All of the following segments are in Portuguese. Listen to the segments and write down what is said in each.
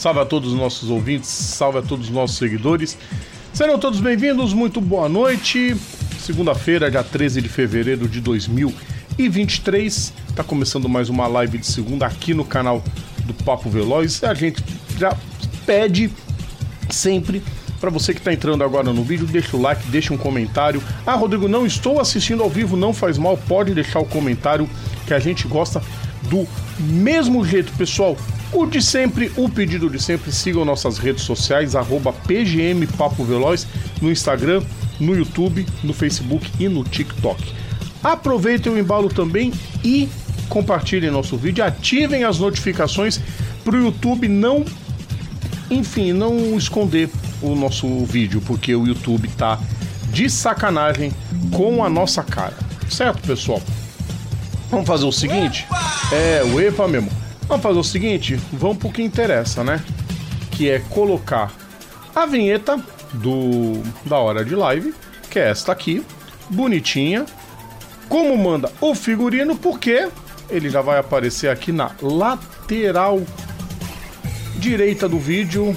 Salve a todos os nossos ouvintes, salve a todos os nossos seguidores. Serão todos bem-vindos, muito boa noite. Segunda-feira, dia 13 de fevereiro de 2023. Tá começando mais uma live de segunda aqui no canal do Papo Veloz. A gente já pede sempre para você que está entrando agora no vídeo, deixa o like, deixa um comentário. Ah, Rodrigo, não estou assistindo ao vivo, não faz mal, pode deixar o comentário que a gente gosta do mesmo jeito, pessoal. O de sempre, o pedido de sempre, sigam nossas redes sociais, @PGM Papo Veloz, no Instagram, no YouTube, no Facebook e no TikTok. Aproveitem o embalo também e compartilhem nosso vídeo, ativem as notificações para o YouTube não esconder o nosso vídeo, porque o YouTube tá de sacanagem com a nossa cara. Certo, pessoal? Vamos fazer o seguinte? O epa mesmo. Vamos fazer o seguinte, vamos pro que interessa, né? Que é colocar a vinheta da hora de live, que é esta aqui, bonitinha, como manda o figurino, porque ele já vai aparecer aqui na lateral direita do vídeo.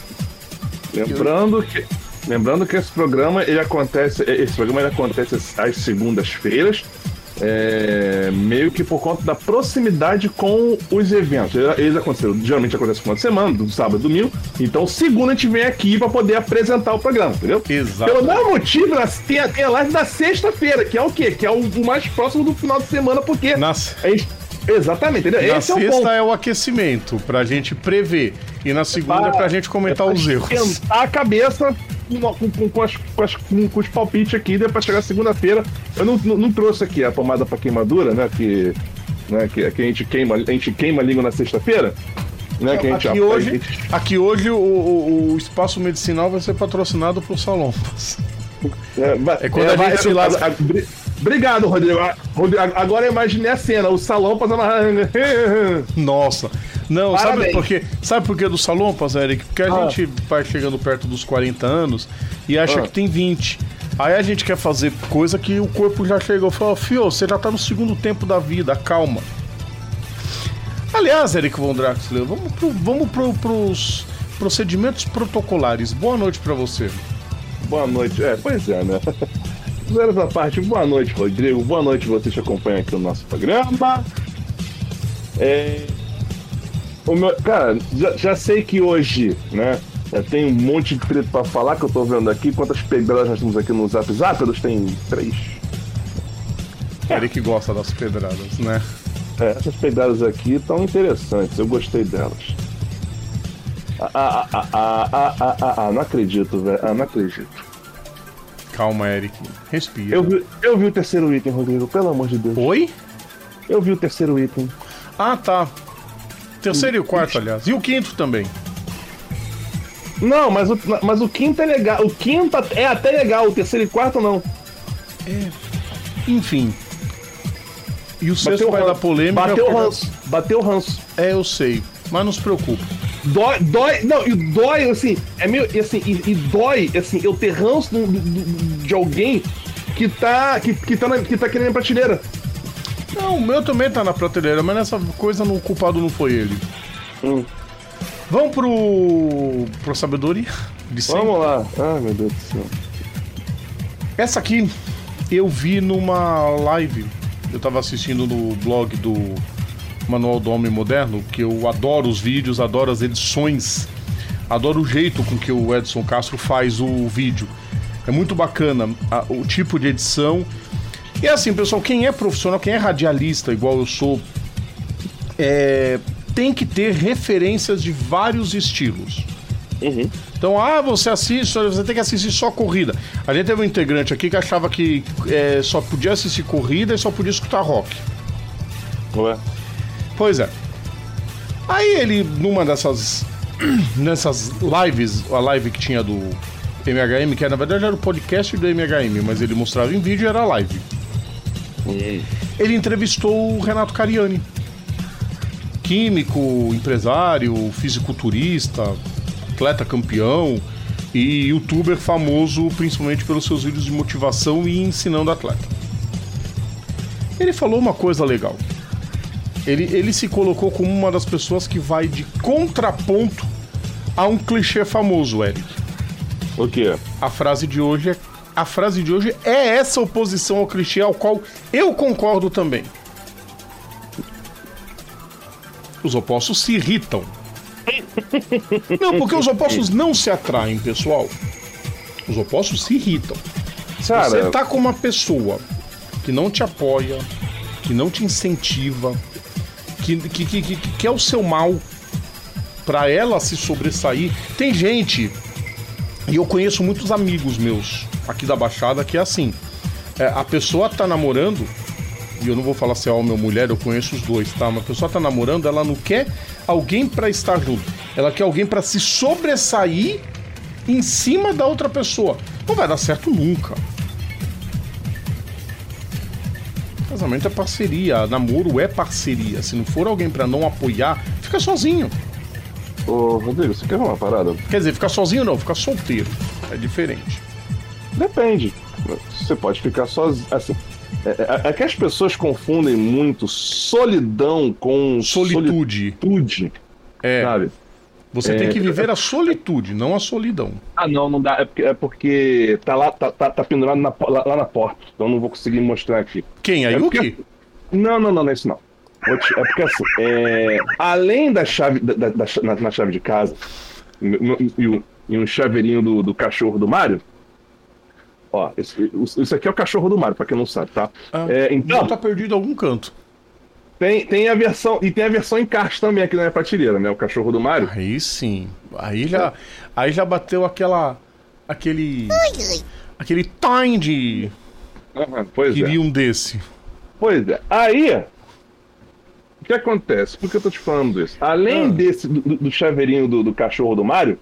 Lembrando que esse programa ele acontece às segundas-feiras, meio que por conta da proximidade com os eventos. Eles aconteceram, geralmente acontece no final de semana, do sábado e domingo. Então, segunda a gente vem aqui para poder apresentar o programa, entendeu? Exato. Pelo mesmo motivo, tem a live da sexta-feira, que é o quê? Que é o mais próximo do final de semana, porque exatamente, entendeu? Na Esse é o sexta ponto. é o aquecimento, pra gente prever. E na segunda é pra gente comentar os erros. Esquentar a cabeça com os palpites aqui, depois chegar segunda-feira. Eu não trouxe aqui a pomada pra queimadura, né? Que a gente queima a língua na sexta-feira. Né, Aqui hoje o espaço medicinal vai ser patrocinado por Salompas. Quando a gente se lasca. Obrigado, Rodrigo. Agora eu imaginei a cena, o Salompas. Nossa. Não, Parabéns. sabe por que do Salompas, Eric? Porque a gente vai chegando perto dos 40 anos e acha que tem 20. Aí a gente quer fazer coisa que o corpo já chegou e falou: Fio, você já tá no segundo tempo da vida, calma. Aliás, Eric Von Draxler, vamos pros procedimentos protocolares. Boa noite pra você. Boa noite. Pois é, né? Zero da parte, boa noite, Rodrigo. Boa noite, você que acompanha aqui o nosso programa. Cara, já sei que hoje, né? Tem um monte de treta pra falar que eu tô vendo aqui. Quantas pedradas nós temos aqui no Zap? Eles têm 3. Eric gosta das pedradas, né? Essas pedradas aqui estão interessantes, eu gostei delas. Não acredito, velho. Não acredito. Calma, Eric. Respira. Eu vi o terceiro item, Rodrigo, pelo amor de Deus. Oi? Eu vi o terceiro item. Ah, tá. Terceiro e o quarto, aliás. E o quinto também. Não, mas o quinto é legal. O quinto é até legal, o terceiro e quarto não. Enfim. E o sexto vai dar polêmica. Bateu o ranço. Eu sei. Mas não se preocupe. Dói, assim, é meio, assim, e dói, assim, eu ter ranço de alguém que tá querendo a prateleira. Não, o meu também tá na prateleira, mas nessa coisa o culpado não foi ele. Vamos pro sabedoria de sempre. Vamos lá. Ai, meu Deus do céu. Essa aqui eu vi numa live. Eu tava assistindo no blog do Manual do Homem Moderno, que eu adoro os vídeos, adoro as edições, adoro o jeito com que o Edson Castro faz o vídeo. É muito bacana o tipo de edição. E assim, pessoal, quem é profissional, quem é radialista, igual eu sou, tem que ter referências de vários estilos. Então, você tem que assistir só corrida. A gente teve um integrante aqui que achava que só podia assistir corrida e só podia escutar rock. Ué? Pois é. Aí ele, numa nessas lives, a live que tinha do MHM, que na verdade era o podcast do MHM, mas ele mostrava em vídeo e era live. Ele entrevistou o Renato Cariani, químico, empresário, fisiculturista, atleta campeão e youtuber famoso principalmente pelos seus vídeos de motivação e ensinando atleta. Ele falou uma coisa legal. Ele se colocou como uma das pessoas que vai de contraponto Há um clichê famoso, Eric. O quê? A frase de hoje é essa oposição ao clichê, ao qual eu concordo também. Os opostos se irritam. Não, porque os opostos não se atraem, pessoal. Os opostos se irritam. Cara, Você tá com uma pessoa que não te apoia, que não te incentiva, que quer o seu mal pra ela se sobressair. Tem gente, e eu conheço muitos amigos meus aqui da Baixada, que é assim, a pessoa tá namorando, e eu não vou falar se é homem ou mulher, eu conheço os dois, tá? Mas a pessoa tá namorando, ela não quer alguém pra estar junto, ela quer alguém pra se sobressair em cima da outra pessoa. Não vai dar certo nunca. Casamento é parceria, namoro é parceria. Se não for alguém pra não apoiar, fica sozinho. ô Rodrigo, você quer uma parada? Quer dizer, ficar sozinho não, ficar solteiro. É diferente. Depende. Você pode ficar sozinho. Assim, é que as pessoas confundem muito solidão com Solitude. É. Sabe? Você tem que viver a solitude, não a solidão. Ah, não dá. É porque tá lá, tá pendurado lá na porta. Então não vou conseguir mostrar aqui. Quem? A Yuki? Não é isso não. É porque assim, além da chave na chave de casa e um chaveirinho do cachorro do Mario. Ó, isso aqui é o cachorro do Mario, pra quem não sabe, tá? Então tá perdido em algum canto. Tem a versão, e tem a versão em caixa também aqui na minha prateleira, né? O cachorro do Mario. Aí sim. Aí já bateu aquele time de Pois queria é. um desse. Pois é. Aí, o que acontece? Por que eu tô te falando isso? Além desse, do chaveirinho do cachorro do Mario,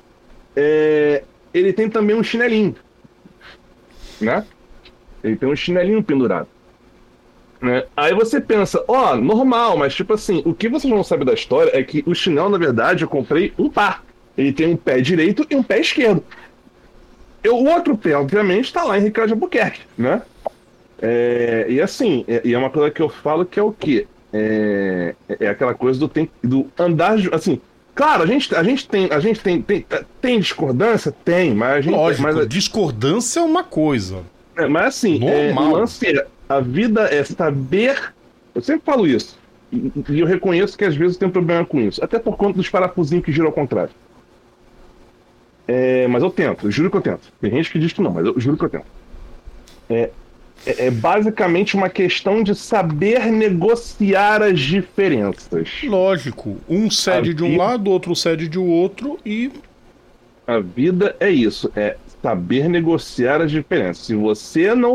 ele tem também um chinelinho. Né? Ele tem um chinelinho pendurado. Né? Aí você pensa, normal, mas tipo assim, o que vocês não sabem da história é que o chinelo, na verdade, eu comprei um par. Ele tem um pé direito e um pé esquerdo. O outro pé, obviamente, tá lá em Ricardo de Albuquerque, né? E assim, e é uma coisa que eu falo que é o quê? É aquela coisa do andar, assim, claro, a gente tem discordância? Tem, mas a gente... Lógico, discordância é uma coisa. Mas assim, o lance a vida é saber... Eu sempre falo isso. E eu reconheço que às vezes eu tenho problema com isso. Até por conta dos parafusinhos que giram ao contrário. Mas eu tento, eu juro que eu tento. Tem gente que diz que não, mas eu juro que eu tento. É basicamente uma questão de saber negociar as diferenças. Lógico. Um cede de um lado, outro cede de outro e... A vida é isso. É saber negociar as diferenças. Se você não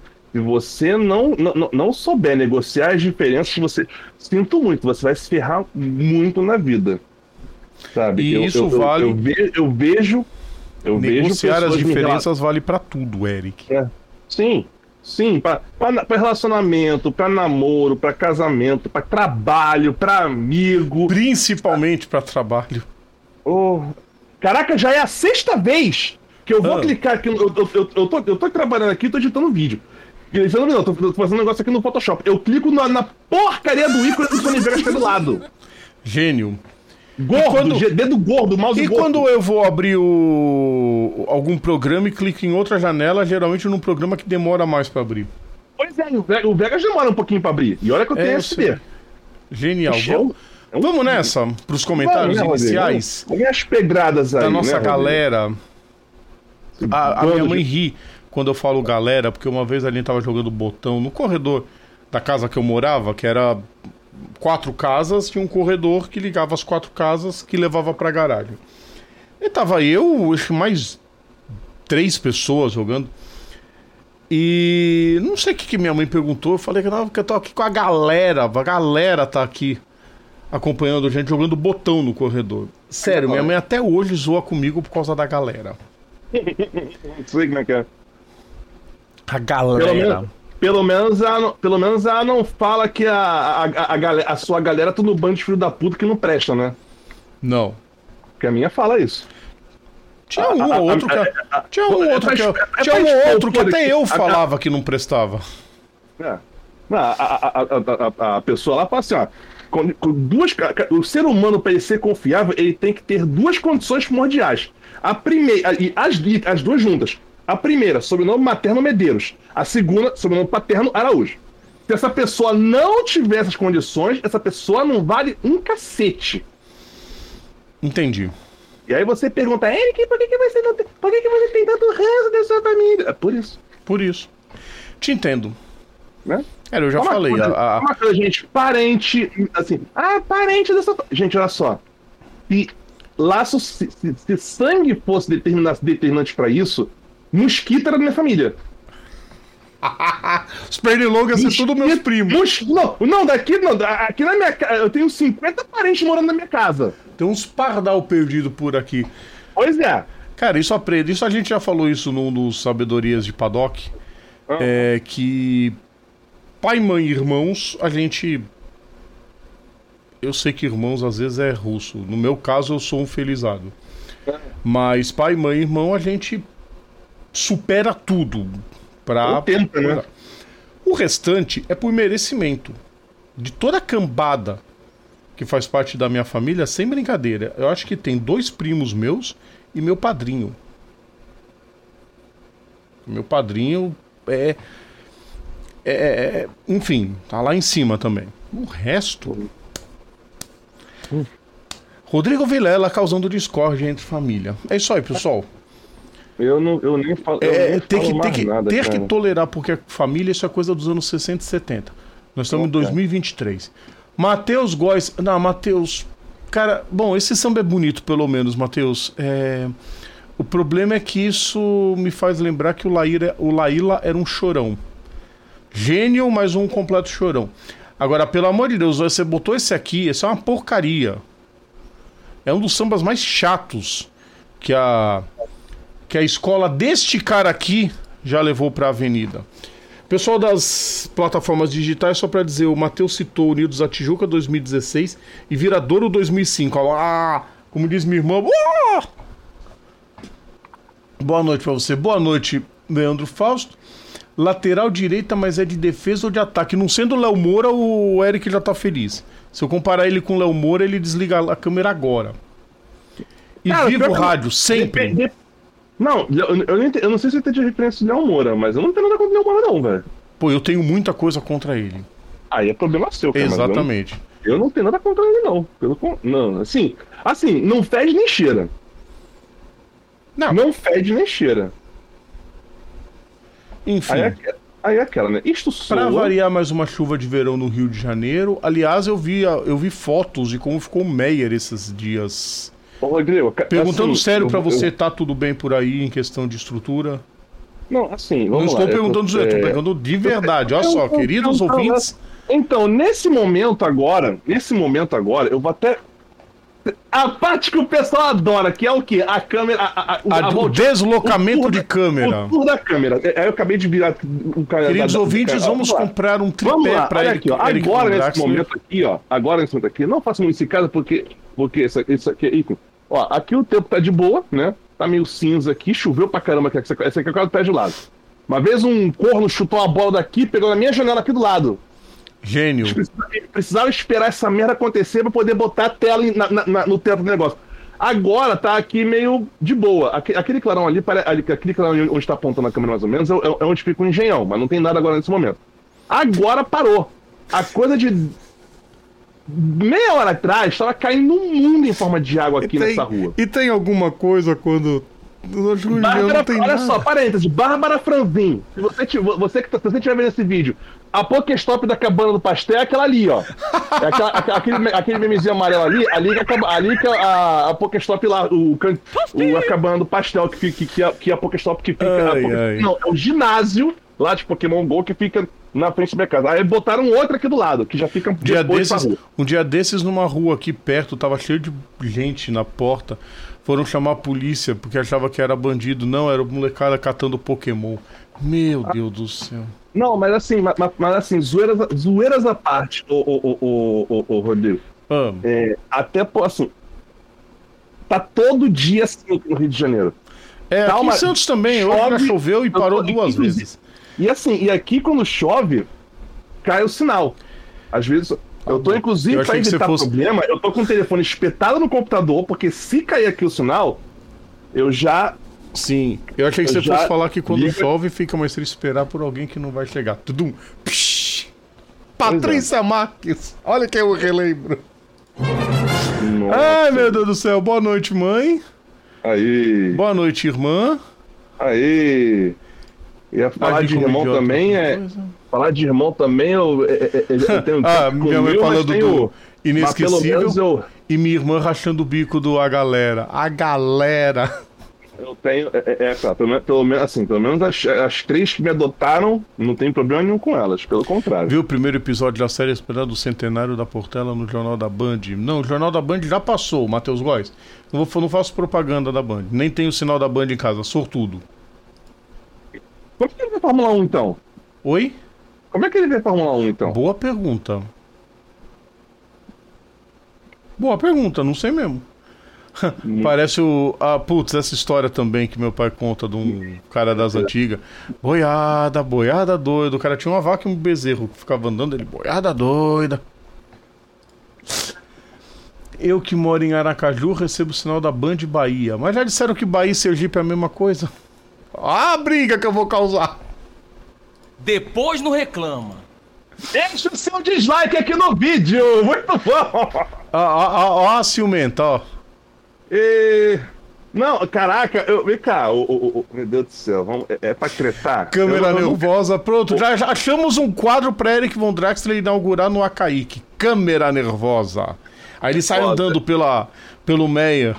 souber negociar as diferenças, sinto muito, você vai se ferrar muito na vida. Sabe? E isso vale... Eu vejo negociar as diferenças vale pra tudo, Eric. Sim, pra relacionamento, pra namoro, pra casamento, pra trabalho, pra amigo. Principalmente pra trabalho. Caraca, já é a 6ª vez que eu vou clicar aqui. Eu tô trabalhando aqui, tô editando vídeo. Tô fazendo um negócio aqui no Photoshop. Eu clico na porcaria do ícone do Sony Vegas que é do lado. Gênio. Dedo gordo, mouse gordo. E quando eu vou abrir algum programa e clico em outra janela, geralmente num programa que demora mais pra abrir. Pois é, o Vegas demora um pouquinho pra abrir. E olha que eu tenho SD. Genial. Vamos nessa, pros comentários iniciais. Olha as pedradas aí, da nossa galera. Rodrigo? A minha mãe ri quando eu falo galera, porque uma vez a gente tava jogando botão no corredor da casa que eu morava, que era 4 casas, tinha um corredor que ligava as 4 casas que levava pra garagem. E tava eu, acho que mais 3 pessoas jogando. E não sei o que minha mãe perguntou. Eu falei que não, porque eu tô aqui com a galera tá aqui acompanhando a gente jogando botão no corredor. Sério, minha mãe até hoje zoa comigo por causa da galera. Não sei como é que é. A galera. Pelo menos ela não fala que a sua galera tá no bando de filho da puta que não presta, né? Não. Porque a minha fala isso. Tinha um ou outro que até eu falava que não prestava. A pessoa lá fala assim, ó. O ser humano, para ele ser confiável, ele tem que ter duas condições primordiais. A primeira, e as duas juntas. A primeira, sobrenome materno Medeiros. A segunda, sobrenome paterno Araújo. Se essa pessoa não tiver essas condições, essa pessoa não vale um cacete. Entendi. E aí você pergunta, Eric, por que você tem tanto ranço da sua família? É por isso. Por isso. Te entendo. Né? Cara, eu já falei. Uma coisa, gente, parente, assim, parente dessa... Gente, olha só. Se sangue fosse determinante pra isso, mosquito era da minha família. Os pernilongos iam ser tudo meus primos. Aqui na minha casa, eu tenho 50 parentes morando na minha casa. Tem uns pardal perdido por aqui. Pois é. Cara, isso aprende. Isso a gente já falou isso no Sabedorias de Paddock. Que pai, mãe e irmãos, a gente... Eu sei que irmãos às vezes é russo. No meu caso, eu sou um felizado. Mas pai, mãe e irmão, a gente supera tudo. Tenta, né? O restante é por merecimento. De toda a cambada que faz parte da minha família, sem brincadeira, eu acho que tem 2 primos meus e meu padrinho. Meu padrinho enfim, tá lá em cima também. O resto... Rodrigo Vilela causando discórdia entre família. É isso aí, pessoal. Eu nem falo. Ter que tolerar, porque a família, isso é coisa dos anos 60 e 70. Nós estamos em 2023. Matheus Góes. Não, Matheus. Cara, bom, esse samba é bonito, pelo menos, Matheus. O problema é que isso me faz lembrar que o Laíla era um chorão. Gênio, mas um completo chorão. Agora, pelo amor de Deus, você botou esse aqui, esse é uma porcaria. É um dos sambas mais chatos que a escola deste cara aqui já levou pra avenida. Pessoal das plataformas digitais, só pra dizer, o Matheus citou Unidos da Tijuca 2016 e Viradouro 2005. Como diz minha irmã. Boa noite pra você. Boa noite, Leandro Fausto. Lateral direita, mas é de defesa ou de ataque? Não sendo o Léo Moura, o Eric já tá feliz. Se eu comparar ele com o Léo Moura, ele desliga a câmera agora. E viva o rádio, sempre. Não, eu não sei se você tem referência do Léo Moura, mas eu não tenho nada contra o Léo Moura não, velho. Pô, eu tenho muita coisa contra ele. Aí é problema seu, cara. Exatamente. Eu não tenho nada contra ele, não. Não, assim, não fede nem cheira. Não fede nem cheira. Enfim. Aí é aquela, né? Isto soa... Pra variar mais uma chuva de verão no Rio de Janeiro. Aliás, eu vi fotos de como ficou o Meyer esses dias. Ô, Rodrigo, perguntando assim, sério pra você, tá tudo bem por aí em questão de estrutura? Não, assim, vamos lá. Não estou perguntando, eu tô perguntando de verdade. Olha só, queridos ouvintes. Então, nesse momento agora, eu vou até... A parte que o pessoal adora, que é o quê? A câmera... o deslocamento de câmera. O tour da câmera. Aí eu acabei de virar o cara... Queridos ouvintes, vamos comprar um tripé pra ele. Agora, nesse momento aqui, não façam isso em casa, porque isso aqui... Ó, aqui o tempo tá de boa, né? Tá meio cinza aqui, choveu pra caramba. Essa aqui é quase o pé de lado. Uma vez um corno chutou uma bola daqui, pegou na minha janela aqui do lado. Gênio. Precisava esperar essa merda acontecer pra poder botar a tela no teto do negócio. Agora tá aqui meio de boa. Aquele clarão ali, aquele clarão onde tá apontando a câmera mais ou menos, é onde fica o engenhão, mas não tem nada agora nesse momento. Agora parou. A coisa de meia hora atrás tava caindo um mundo em forma de água aqui nessa rua. E tem alguma coisa quando... Bárbara, olha só, parênteses, Bárbara Franzin. Se você estiver vendo esse vídeo, a Pokéstop da Cabana do Pastel é aquela ali, ó. É aquele memezinho amarelo ali que a Pokéstop lá, a Cabana do Pastel, que é a Pokéstop que fica. Não, é o ginásio lá de Pokémon GO que fica na frente da minha casa. Aí botaram outra aqui do lado, que já fica um dia desses, numa rua aqui perto, tava cheio de gente na porta. Foram chamar a polícia porque achava que era bandido. Não, era o molecada catando Pokémon. Meu Deus do céu. Não, mas assim, zoeiras à parte, o Rodrigo. Até, assim, tá todo dia assim no Rio de Janeiro. Aqui em Santos também, hoje já choveu e parou 2 vezes. E assim, aqui quando chove, cai o sinal. Às vezes... Eu tô, inclusive, pra evitar problema, eu tô com o telefone espetado no computador, porque se cair aqui o sinal, eu já... Sim, eu achei que você fosse falar que quando chove fica mais triste esperar por alguém que não vai chegar. Tudum. Patrícia Marques. Olha que eu relembro. Nossa. Ai, meu Deus do céu. Boa noite, mãe. Aí. Boa noite, irmã. Aí. Ia falar de irmão também, falar de irmão também, eu tenho... minha mãe falando do inesquecível e minha irmã rachando o bico do A Galera. A Galera. Eu tenho... pelo menos as 3 que me adotaram, não tem problema nenhum com elas, pelo contrário. Viu o primeiro episódio da série Esperando o Centenário da Portela no Jornal da Band? Não, o Jornal da Band já passou, Matheus Góes. Não faço propaganda da Band, nem tenho o sinal da Band em casa, sortudo. Como é que ele vê Fórmula 1, então? Oi? Como é que ele vê Fórmula 1, então? Boa pergunta. Boa pergunta, não sei mesmo. Parece essa história também que meu pai conta de um cara das antigas. Boiada doida. O cara tinha uma vaca e um bezerro que ficava andando, ele, boiada doida. Eu que moro em Aracaju recebo o sinal da Band Bahia. Mas já disseram que Bahia e Sergipe é a mesma coisa. A briga que eu vou causar. Depois não reclama. Deixa o seu dislike aqui no vídeo. Muito bom. Ó a ciumenta, ó. Não, caraca, vem cá, meu Deus do céu, é pra tretar? Câmera nervosa, pronto, já achamos um quadro pra Eric Von Draxler inaugurar no Acaíque. Câmera nervosa. Aí ele sai andando pelo Meia.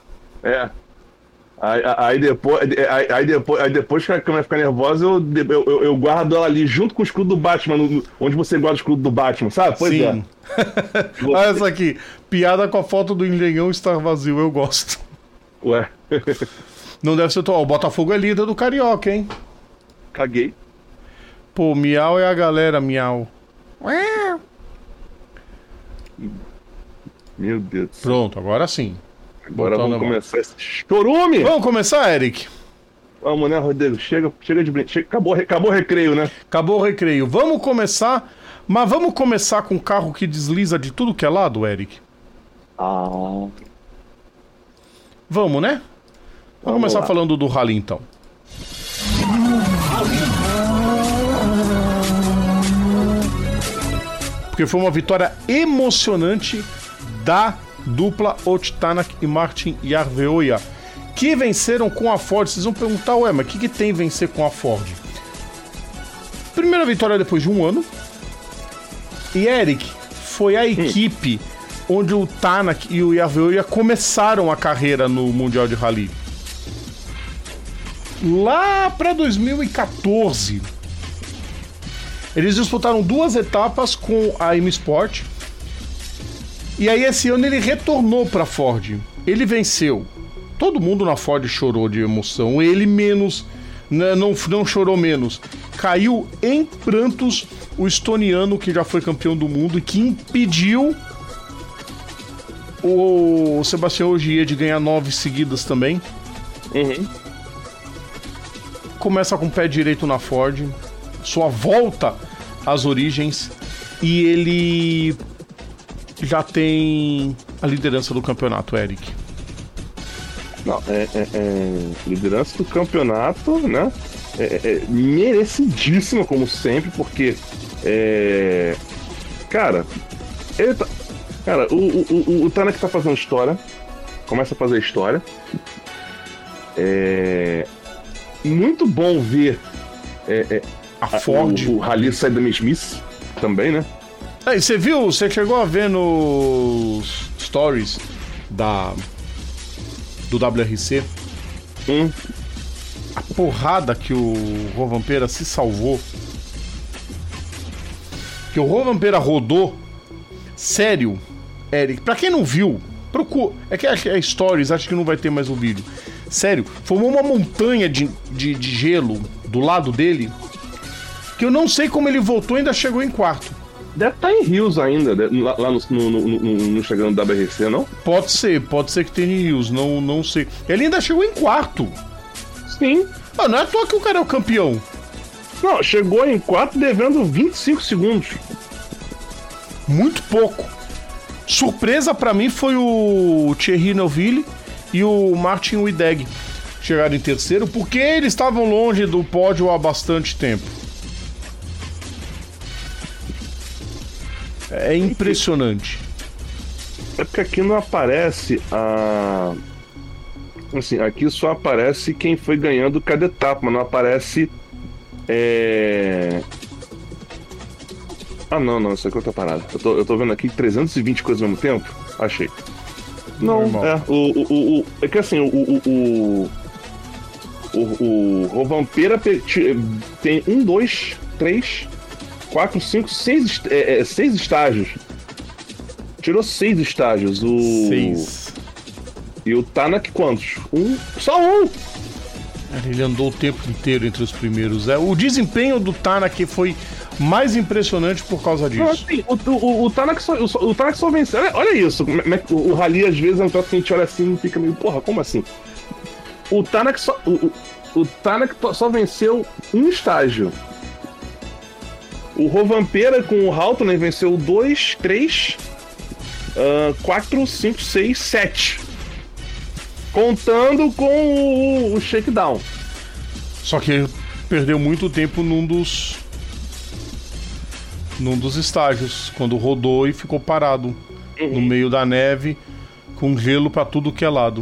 Aí depois que a câmera fica nervosa, eu guardo ela ali junto com o escudo do Batman, onde você guarda o escudo do Batman, sabe? Pois Sim. Olha essa aqui, piada com a foto do engenhão estar vazio, eu gosto. Ué. Não deve ser o Botafogo é líder do Carioca, hein? Caguei. Pô, miau é a galera, miau. Meu Deus. Pronto, agora sim. Agora vamos começar esse chorume. Vamos começar, Eric? Vamos, né, Rodrigo? Chega de brincadeira. Acabou o recreio, né? Acabou o recreio. Vamos começar, mas vamos começar com um carro que desliza de tudo que é lado, Eric? Vamos, né? Vamos começar falando do Rally, então. Porque foi uma vitória emocionante da dupla Otanak e Martin Järveoja, que venceram com a Ford. Vocês vão perguntar, mas o que tem vencer com a Ford? Primeira vitória depois de um ano. E Eric, foi a equipe onde o Tanak e o Järveoja começaram a carreira no Mundial de Rally. Lá para 2014, eles disputaram 2 etapas com a M Sport. E aí esse ano ele retornou para Ford. Ele venceu. Todo mundo na Ford chorou de emoção. Ele menos, não chorou menos. Caiu em prantos o estoniano que já foi campeão do mundo e que impediu o Sebastião Ogier de ganhar 9 seguidas também. Começa com o pé direito na Ford. Sua volta às origens. E ele já tem a liderança do campeonato, Eric. Não, liderança do campeonato, né? Merecidíssima, como sempre, porque cara, o Tanak tá fazendo história, começa a fazer história. Muito bom ver a Ford, o Rally sair da mesmice também, né? Aí, você chegou a ver nos stories do WRC a porrada que o Rovanpera se salvou, que o Rovanpera rodou, sério, Eric, pra quem não viu, procura, é que é stories, acho que não vai ter mais o vídeo, sério, formou uma montanha de gelo do lado dele, que eu não sei como ele voltou e ainda chegou em quarto. Deve estar em Rios ainda, lá no Instagram do WRC, não? Pode ser que tenha em Rios, não sei. Ele ainda chegou em quarto. Sim. Não é à toa que o cara é o campeão. Não, chegou em quarto devendo 25 segundos. Muito pouco. Surpresa pra mim foi o Thierry Neuville e o Martin Whiteg chegaram em terceiro, porque eles estavam longe do pódio há bastante tempo. É impressionante. É porque aqui não aparece a... Assim, aqui só aparece quem foi ganhando cada etapa, mas não aparece... Ah, não, isso aqui é outra parada. Eu tô vendo aqui 320 coisas ao mesmo tempo. Achei. Não, normal. É que assim, o Rovanpera tem 1, 2, 3, 4, 5, 6 estágios. Tirou 6 estágios. 6. E o Tanak quantos? Só um! Ele andou o tempo inteiro entre os primeiros. O desempenho do Tanak foi mais impressionante por causa disso. Não, assim, o Tanak só venceu. Olha isso. O Rally, às vezes, é um troço que a gente olha assim e fica meio, porra, como assim? O Tanak só venceu um estágio. O Rovanpera com o Haltonen venceu 2, 3, 4, 5, 6, 7. Contando com o shakedown. Só que perdeu muito tempo num dos estágios, quando rodou e ficou parado no meio da neve, com gelo pra tudo que é lado.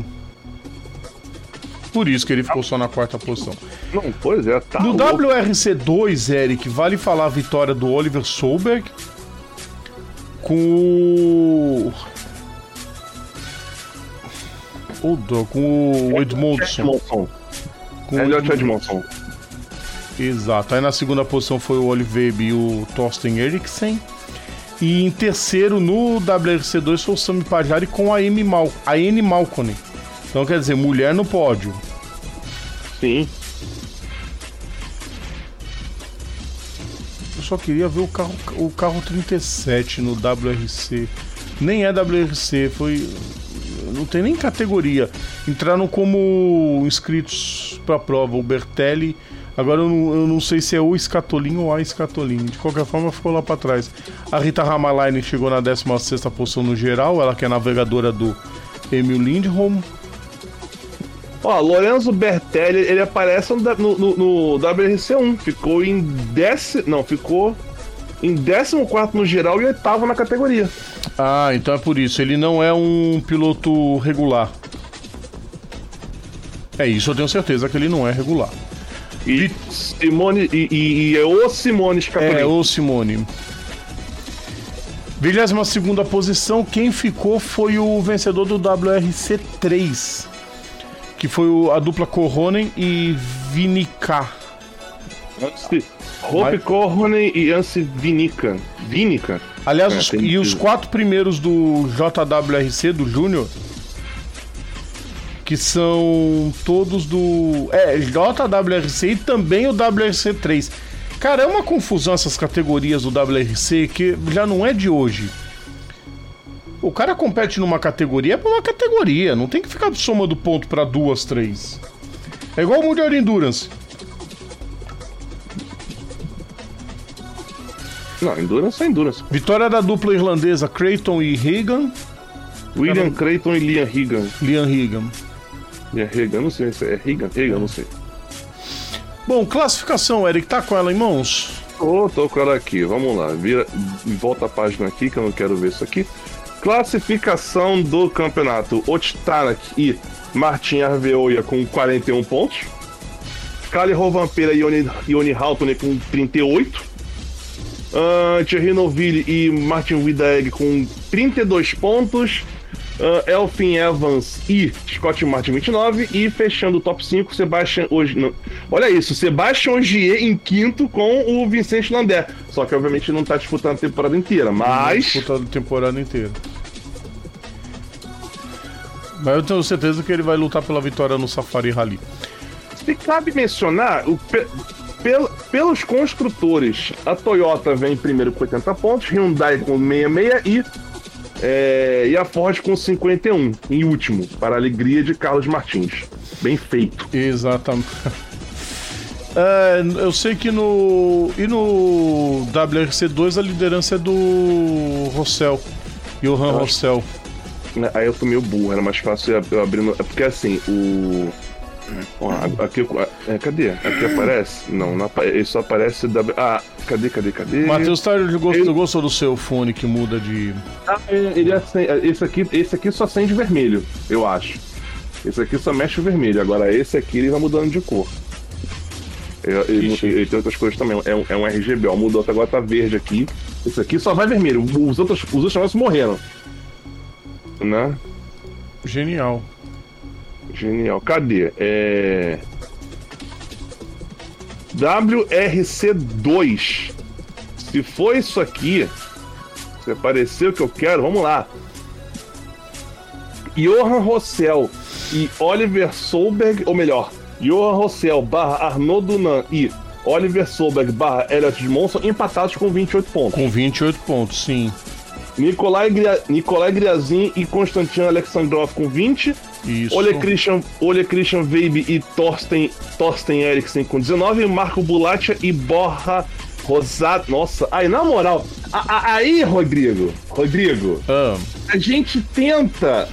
Por isso que ele ficou só na 4ª posição. Não, pois é, tá No louco. WRC2, Eric, vale falar a vitória do Oliver Solberg com o Edmondson. Com Elliot Edmondson. Exato. Aí na 2ª posição foi o Oliver e o Thorsten Eriksen. E em terceiro no WRC2 foi o Sami Pajari com a Anne Malkonen. Então quer dizer, mulher no pódio. Sim. Eu só queria ver o carro 37 no WRC. Nem é WRC, foi... Não tem nem categoria. Entraram como inscritos pra prova o Bertelli. Agora eu não sei se é o Scatolin ou a Scatolin. De qualquer forma, ficou lá pra trás. A Rita Hamalainen chegou na 16ª posição no geral. Ela que é navegadora do Emil Lindholm. Ó, Lorenzo Bertelli, ele aparece no WRC1. Ficou em 14º no geral e 8º na categoria. Ah, então é por isso. Ele não é um piloto regular. É isso, eu tenho certeza que ele não é regular. E Simone é o Simone Scatolin. É o Simone. 22ª posição, quem ficou foi o vencedor do WRC3, que foi a dupla Korhonen e Vinica. Hope Korhonen e Anssi Vinica. Aliás, os 4 primeiros do JWRC, do Júnior, que são todos do JWRC e também o WRC3. Cara, é uma confusão essas categorias do WRC que já não é de hoje. O cara compete numa categoria, é pra uma categoria, não tem que ficar somando ponto pra 2, 3. É igual o Mundial de Endurance. Não, Endurance é Endurance. Vitória da dupla irlandesa Creighton e Regan. William Creighton e Liam Regan. Liam Regan, não sei se é Regan, não sei. Bom, classificação, Eric, tá com ela em mãos? Tô com ela aqui, vamos lá. Volta a página aqui que eu não quero ver isso aqui. Classificação do campeonato. Otanak e Martin Arveoia com 41 pontos. Kalle Rovanpera e Joni Haltonen com 38. Thierry Neuville e Martin Whiteg com 32 pontos. Elfyn Evans e Scott Martin 29. E fechando o top 5, Sebastian Ogier. Olha isso, Sebastian Ogier em quinto com o Vincent Lander. Só que obviamente não tá disputando a temporada inteira, mas... Disputando a temporada inteira. Mas eu tenho certeza que ele vai lutar pela vitória no Safari Rally. E cabe mencionar, pelos construtores, a Toyota vem em primeiro com 80 pontos, Hyundai com 66 e a Ford com 51, em último, para a alegria de Carlos Martins. Bem feito. Exatamente. Eu sei que no WRC2 a liderança é do Rossell, Johan Rossell. Aí eu tô meio burro, era mais fácil eu abrir no... É porque assim, aqui, cadê? Aqui aparece? Não aparece, ele só aparece... Cadê? Matheus, tá gostou do seu fone que muda de... Ele acende, esse aqui só acende vermelho, eu acho. Esse aqui só mexe o vermelho, agora esse aqui ele vai mudando de cor. Ele tem outras coisas também, é um RGB, ó, mudou, agora tá verde aqui. Esse aqui só vai vermelho, os outros morreram. Né? Genial. Cadê? WRC2. Se for isso aqui, se aparecer o que eu quero, vamos lá. Johan Rossell e Oliver Solberg, ou melhor, Johan Rossell / Arnaud Dunan e Oliver Solberg / Elliot Monson empatados com 28 pontos. Com 28 pontos, sim. Nikolai Griazin e Konstantin Alexandrov com 20. Isso. Ole Christian Weib e Thorsten Eriksen com 19. Marco Bulacha e Borja Rosado. Nossa, aí na moral, aí, Rodrigo, a gente tenta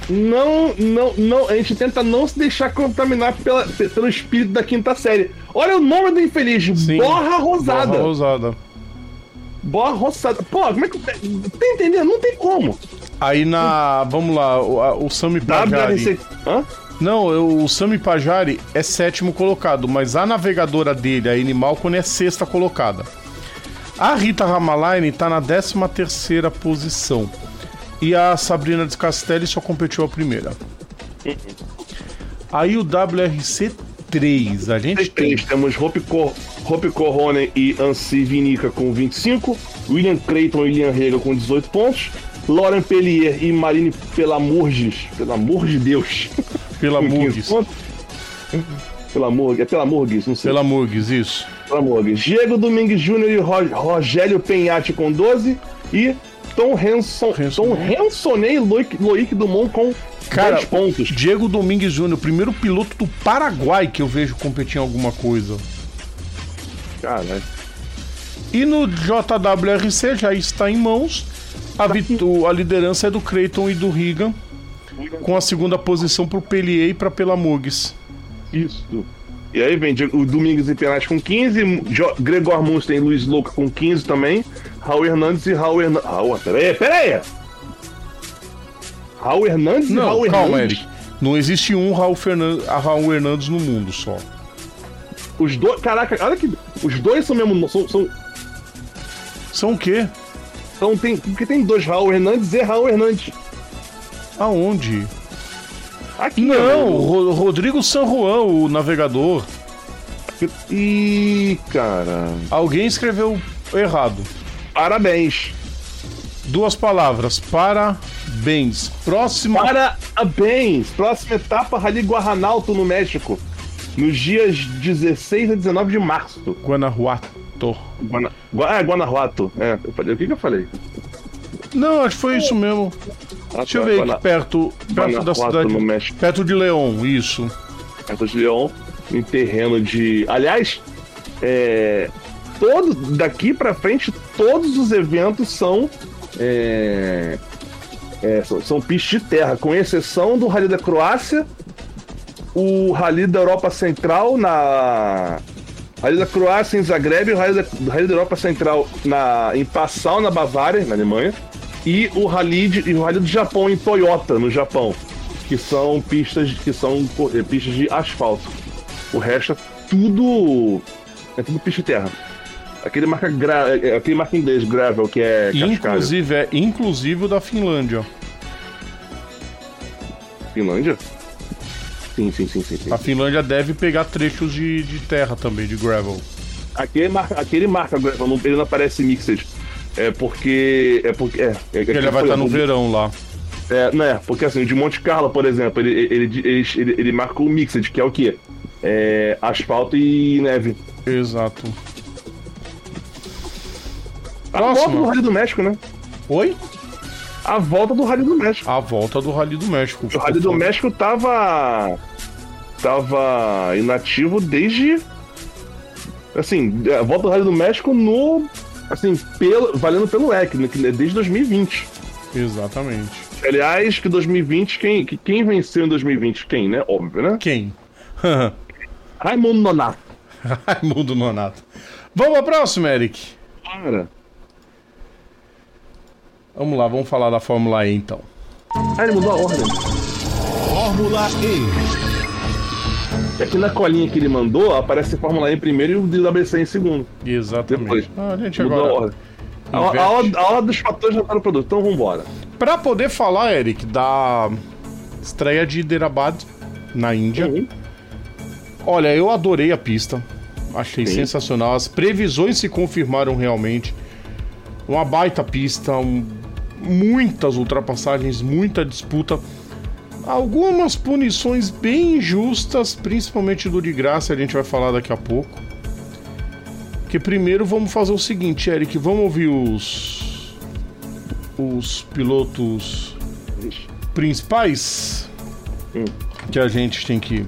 não se deixar contaminar pelo espírito da quinta série. Olha o nome do infeliz, sim. Borja Rosada. Borja Rosada. Pô, como é que... Tá entendendo? Não tem como. Aí vamos lá, o Sami Pajari... Não, o Sami Pajari é 7º colocado, mas a navegadora dele, a Animalcon, é 6ª colocada. A Rita Ramalainen tá na 13ª posição. E a Sabrina Descastelli só competiu a primeira. Aí o WRC3, a gente tem... Temos Hope Corronen e Ansi Vinica com 25. William Creighton e Liam Rega com 18 pontos. Lauren Pellier e Marine Pelamurgis. Pelo amor de Deus. Pelamurgis, não sei. Pelamurgis, isso. Pelamurgis. Diego Domingues Jr. e Rogério Penhati com 12. E Tom Rensonei e Loic Dumont com 10 pontos. Diego Domingues Jr., o primeiro piloto do Paraguai que eu vejo competir em alguma coisa. Caralho. E no JWRC já está em mãos. A liderança é do Creighton e do Regan, com a 2ª posição pro Pellier e pra Pelamurgis. Isso. E aí vem o Domingues e Penati com 15, Gregor Munster e Luiz Louca com 15 também, Raul Hernandes e Raul Hernandes. Pera aí! Raul Hernandes e Raul Hernandes? Calma, Eric. Não existe um Raul Hernandes no mundo só. Os dois... Caraca, olha que... Os dois são mesmo... São o quê? Porque tem dois Raul Hernandes e Raul Hernandes. Aonde? Aqui. Não, Rodrigo San Juan, o navegador. Ih, cara. Alguém escreveu errado. Parabéns. 2 palavras. Parabéns. Parabéns. Próxima etapa, Rally Guarranalto, no México. Nos dias 16 a 19 de março. Guanajuato. Guanajuato. O que eu falei? Não, acho que foi isso mesmo. Deixa eu ver aqui perto da cidade. No México. Perto de León, isso. Perto de León, em terreno de... Aliás, daqui pra frente, todos os eventos são pistas de terra, com exceção do Rally da Croácia, o Rally da Europa Central Rally da Croácia em Zagreb, o Rally da Europa Central em Passau, na Bavária, na Alemanha, e o Rally do Japão em Toyota, no Japão, que são pistas de asfalto. O resto é tudo pista de terra. Aquele marca em inglês, gravel, que é cascalho. Inclusive o da Finlândia. Finlândia? Sim. A Finlândia deve pegar trechos de terra também, de gravel. Aquele marca gravel, ele não aparece mixed. Porque ele vai estar no verão lá. Porque assim, de Monte Carlo, por exemplo, ele marcou o mixed, que é o quê? Asfalto e neve. Exato. A volta do Rally do México, né? Oi? A volta do Rally do México. A volta do Rally do México. O Rally do México tava inativo desde assim, a volta do Rally do México no, assim, valendo pelo EC, né, desde 2020. Exatamente. Aliás, que 2020, quem venceu em 2020? Quem, né? Óbvio, né? Quem? Raimundo Nonato. Raimundo Nonato. Vamos ao próximo, Eric? Cara. Vamos lá, vamos falar da Fórmula E, então. Ele mudou a ordem. Fórmula E. Aqui na colinha que ele mandou, aparece Fórmula E em primeiro e o WC em segundo. Exatamente. Depois. A gente Mudou agora... a ordem. A hora dos fatores já tá no produto, então vambora. Pra poder falar, Eric, da estreia de Hyderabad na Índia. Uhum. Olha, eu adorei a pista. Achei Sim. sensacional. As previsões se confirmaram realmente. Uma baita pista, muitas ultrapassagens, muita disputa. Algumas punições bem injustas, principalmente do de graça, a gente vai falar daqui a pouco. Que primeiro vamos fazer o seguinte, Eric, vamos ouvir os pilotos principais que a gente tem que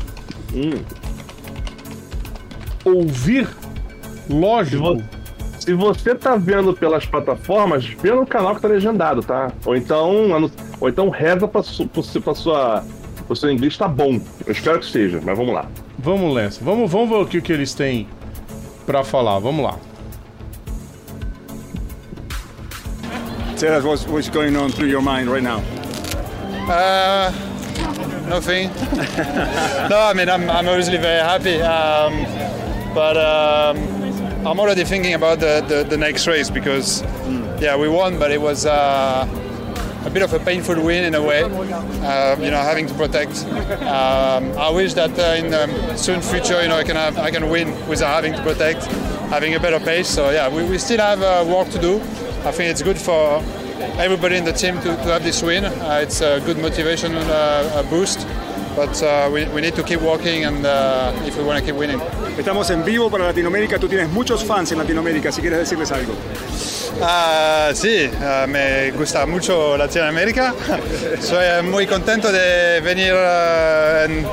ouvir, lógico. Se você tá vendo pelas plataformas, vê no canal que tá legendado, tá? Ou então reza pro seu inglês tá bom. Eu espero que seja, mas vamos lá. Vamos nessa. Vamos ver o que eles têm pra falar. Vamos lá. Tell us what's going on through your mind right now. Nothing. No, I mean I'm obviously very happy, but I'm already thinking about the next race because yeah, we won, but it was a bit of a painful win in a way. Having to protect. I wish that in the soon future, I can win without having to protect, having a better pace. So yeah, we still have work to do. I think it's good for everybody in the team to have this win. It's a good motivation boost, but we need to keep working and if we want to keep winning. Estamos en vivo para Latinoamérica. Tú tienes muchos fans en Latinoamérica. Si quieres decirles algo. Sí, me gusta mucho Latinoamérica. Soy muy contento de venir en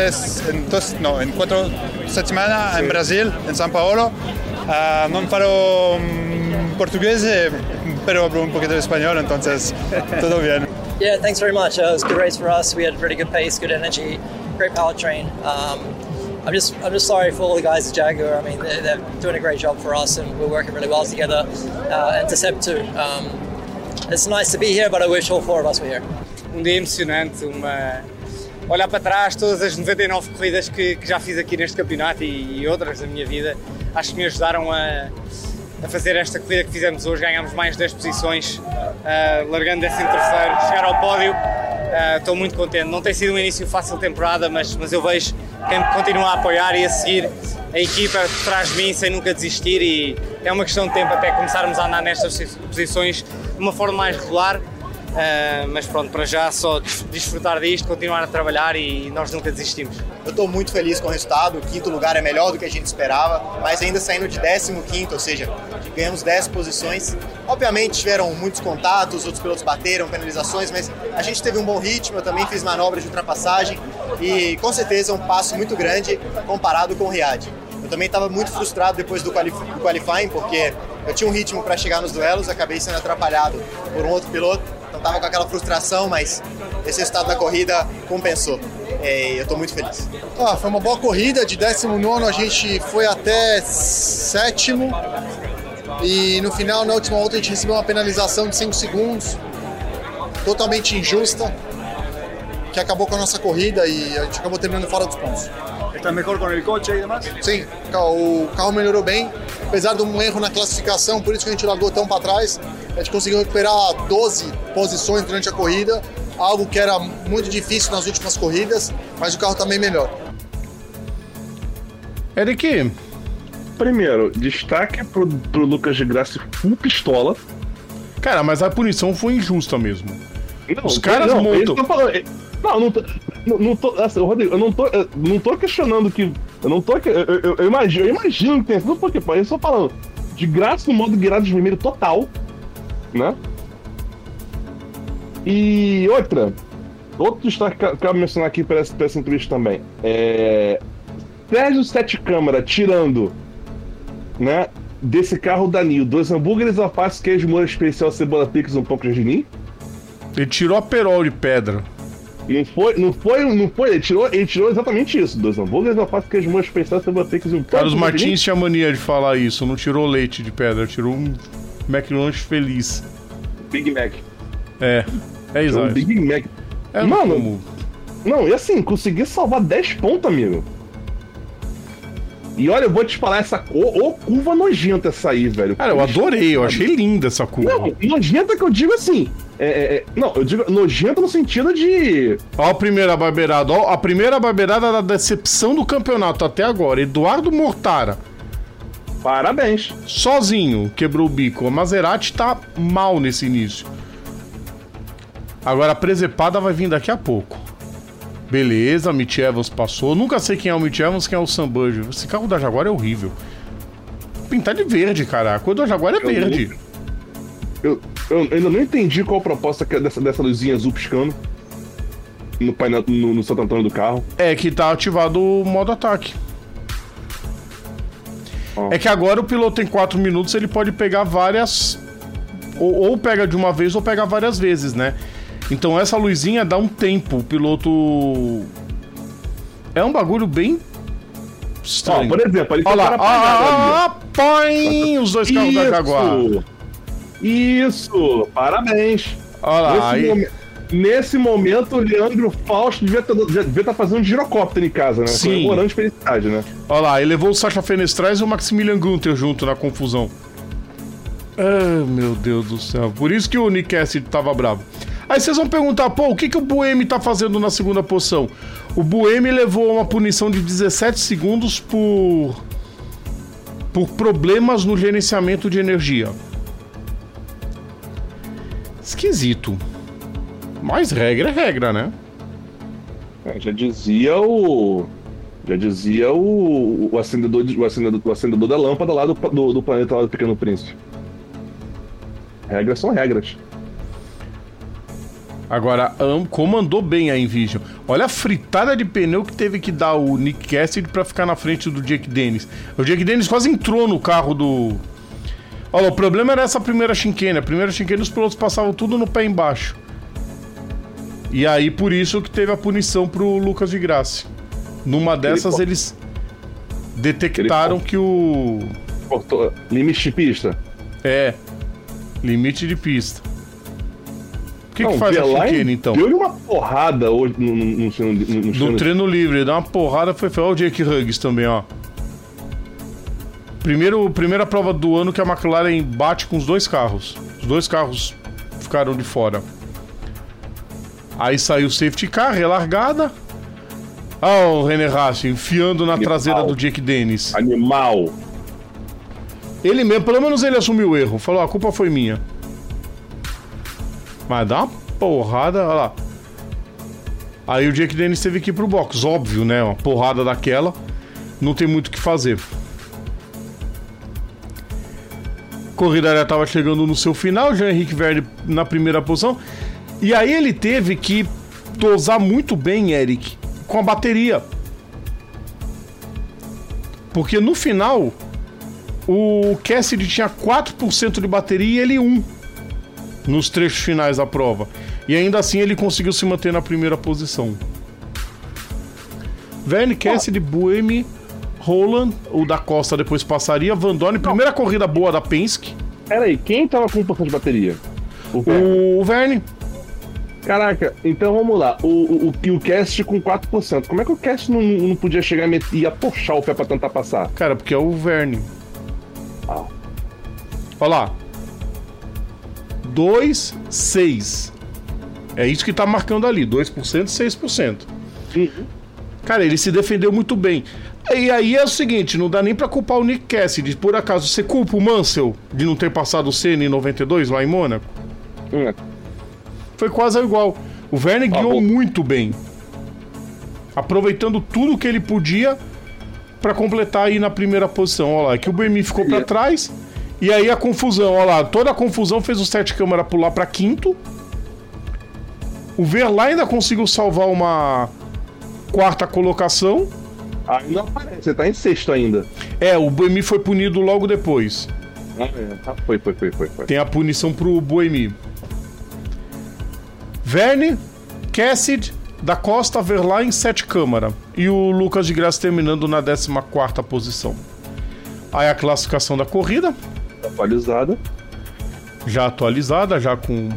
4 settimanas en Brasil, en São Paulo. Non parlo portugués, pero hablo un poquito de español, entonces todo bien. Yeah, thanks very much. It was a good race for us. We had really good pace, good energy, great powertrain. I'm just sorry for all the guys at Jaguar. I mean, they're doing a great job for us, and we're working really well together. And to Seb too. It's nice to be here, but I wish all 4 of us were here. Dia emocionante, olhar para trás, todas as 99 corridas que já fiz aqui neste campeonato e outras da minha vida, acho que me ajudaram a fazer esta corrida que fizemos hoje. Ganhámos mais 10 posições, largando 13º, chegar ao pódio. Estou muito contente. Não tem sido um início fácil de temporada, mas eu vejo quem me continua a apoiar e a seguir a equipa atrás de mim sem nunca desistir, e é uma questão de tempo até começarmos a andar nestas posições de uma forma mais regular. Mas pronto, para já só desfrutar disto, continuar a trabalhar e nós nunca desistimos. Eu estou muito feliz com o resultado. O 5º lugar é melhor do que a gente esperava, mas ainda saindo de 15º, ou seja, ganhamos 10 posições. Obviamente tiveram muitos contatos, outros pilotos bateram, penalizações, mas a gente teve um bom ritmo. Eu também fiz manobras de ultrapassagem e com certeza é um passo muito grande comparado com o Riyadh. Eu também estava muito frustrado depois do qualifying, porque eu tinha um ritmo para chegar nos duelos, acabei sendo atrapalhado por um outro piloto. Então estava com aquela frustração, mas esse resultado da corrida compensou. Eu estou muito feliz. Foi uma boa corrida, de 19º a gente foi até 7º. E no final, na última volta, a gente recebeu uma penalização de 5 segundos, totalmente injusta, que acabou com a nossa corrida e a gente acabou terminando fora dos pontos. ¿Estás mejor con el coche y demás? Sim, o carro melhorou bem, apesar de um erro na classificação, por isso que a gente largou tão para trás. A gente conseguiu recuperar 12 posições durante a corrida, algo que era muito difícil nas últimas corridas, mas o carro está bem melhor. Eric, primeiro, destaque pro Lucas de Graça full pistola. Cara, mas a punição foi injusta mesmo. Não, os caras montam. Não tô, assim, Rodrigo, eu não tô questionando que. Eu imagino que tem sido porque, eu estou falando de Graça no modo guiado de vermelho total, né? E outro destaque que eu quero mencionar aqui para essa entrevista também. Sérgio Sete Câmara tirando né, desse carro da Nil? 2 hambúrgueres, alface, queijo, molho especial, cebola picles, um pouco de gergelim? Ele tirou a perol de pedra. Não foi, ele tirou exatamente isso. 2 hambúrgueres, alface, queijo, molho especial, cebola picles, um pouco Carlos de gergelim? Martins tinha mania de falar isso, não tirou leite de pedra, tirou um McLanche feliz. Big Mac. É exato. Big Mac. Mano, não, e assim, consegui salvar 10 pontos, amigo. E olha, eu vou te falar essa curva nojenta essa aí, velho. Cara, eu adorei, eu achei linda essa curva. Não, nojenta que eu digo assim. Não, eu digo nojenta no sentido de. Ó a primeira barbeirada, a primeira barbeirada da decepção do campeonato até agora. Eduardo Mortara. Parabéns. Sozinho quebrou o bico. A Maserati tá mal nesse início. Agora a presepada vai vir daqui a pouco. Beleza, Mitch Evans passou. Nunca sei quem é o Mitch Evans, quem é o Sam Burge. Esse carro da Jaguar é horrível. Pintar de verde, cara. A cor da Jaguar é verde. Eu ainda não entendi qual a proposta dessa luzinha azul piscando no painel, no Santo Antônio do carro. É que tá ativado o modo ataque. É que agora o piloto em 4 minutos ele pode pegar várias... Ou pega de uma vez ou pega várias vezes, né? Então essa luzinha dá um tempo, o piloto... É um bagulho bem estranho. Por exemplo, ele olha lá, põe os 2 carros da Jaguar. Isso, parabéns. Olha lá, nesse momento o Leandro Fausto devia estar fazendo um girocóptero em casa, né? Sim. Comemorando de felicidade, né? Olha lá, ele levou o Sacha Fenestrais e o Maximilian Gunther junto na confusão. Ah, meu Deus do céu. Por isso que o Nick Cassidy tava bravo. Aí vocês vão perguntar, pô, o que o Buemi tá fazendo na segunda posição? O Buemi levou uma punição de 17 segundos por problemas no gerenciamento de energia. Esquisito. Mas regra é regra, né? Já dizia o acendedor da lâmpada lá do planeta lá do Pequeno Príncipe. Regras são regras. Agora, como andou bem a Envision. Olha a fritada de pneu que teve que dar o Nick Cassidy pra ficar na frente do Jake Dennis. O Jake Dennis quase entrou no carro do... Olha, o problema era essa primeira chicane. A primeira chicane os pilotos passavam tudo no pé embaixo. E aí, por isso que teve a punição pro Lucas de Grassi. Numa dessas, eles detectaram que o... Cortou limite de pista? Limite de pista. O que faz a chicane, então? Deu-lhe uma porrada hoje no treino livre. Dá uma porrada, foi feio. Olha o Jake Hughes também, ó. Primeira prova do ano que a McLaren bate com os 2 carros. Os 2 carros ficaram de fora. Aí saiu o safety car, relargada. Olha o René Rast enfiando na traseira do Jake Dennis. Animal. Ele mesmo, pelo menos ele assumiu o erro. Falou, a culpa foi minha. Mas dá uma porrada, olha lá. Aí o Jake Dennis teve que ir pro box, óbvio, né? Uma porrada daquela, não tem muito o que fazer. A corrida já tava chegando no seu final, Jean-Henrique Vergne na primeira posição. E aí ele teve que dosar muito bem, Eric, com a bateria. Porque no final, o Cassidy tinha 4% de bateria e ele 1%. Nos trechos finais da prova. E ainda assim ele conseguiu se manter na primeira posição. Vergne, Cassidy, Buemi, Roland, o da Costa depois passaria, Van Dorn, primeira corrida boa da Penske. Peraí, quem tava com 1% de bateria? O Vergne. Caraca, então vamos lá. O Cassidy com 4%. Como é que o Cassidy não podia chegar e ia puxar o pé pra tentar passar? Cara, porque é o Vergne. Olha lá. 2,6. É isso que tá marcando ali, 2%, 6%. Cara, ele se defendeu muito bem. E aí é o seguinte, não dá nem pra culpar o Nick Cassidy. Por acaso, você culpa o Mansell de não ter passado o Senna em 92 lá em Mônaco? Foi quase igual. O Vergne guiou muito bem. Aproveitando tudo que ele podia pra completar aí na primeira posição. Olha lá, aqui o Buemi ficou pra trás. E aí a confusão, olha lá, toda a confusão fez o Sete Câmara pular pra 5º. O Verlaine ainda conseguiu salvar uma 4ª colocação. Aí não aparece, você tá em sexto ainda. O Buemi foi punido logo depois. Foi. Tem a punição pro Buemi. Verne, Cassidy, Da Costa, Verlaine, 7 câmara. E o Lucas de Graça terminando na 14ª posição. Aí a classificação da corrida. Atualizada. Já atualizada, já com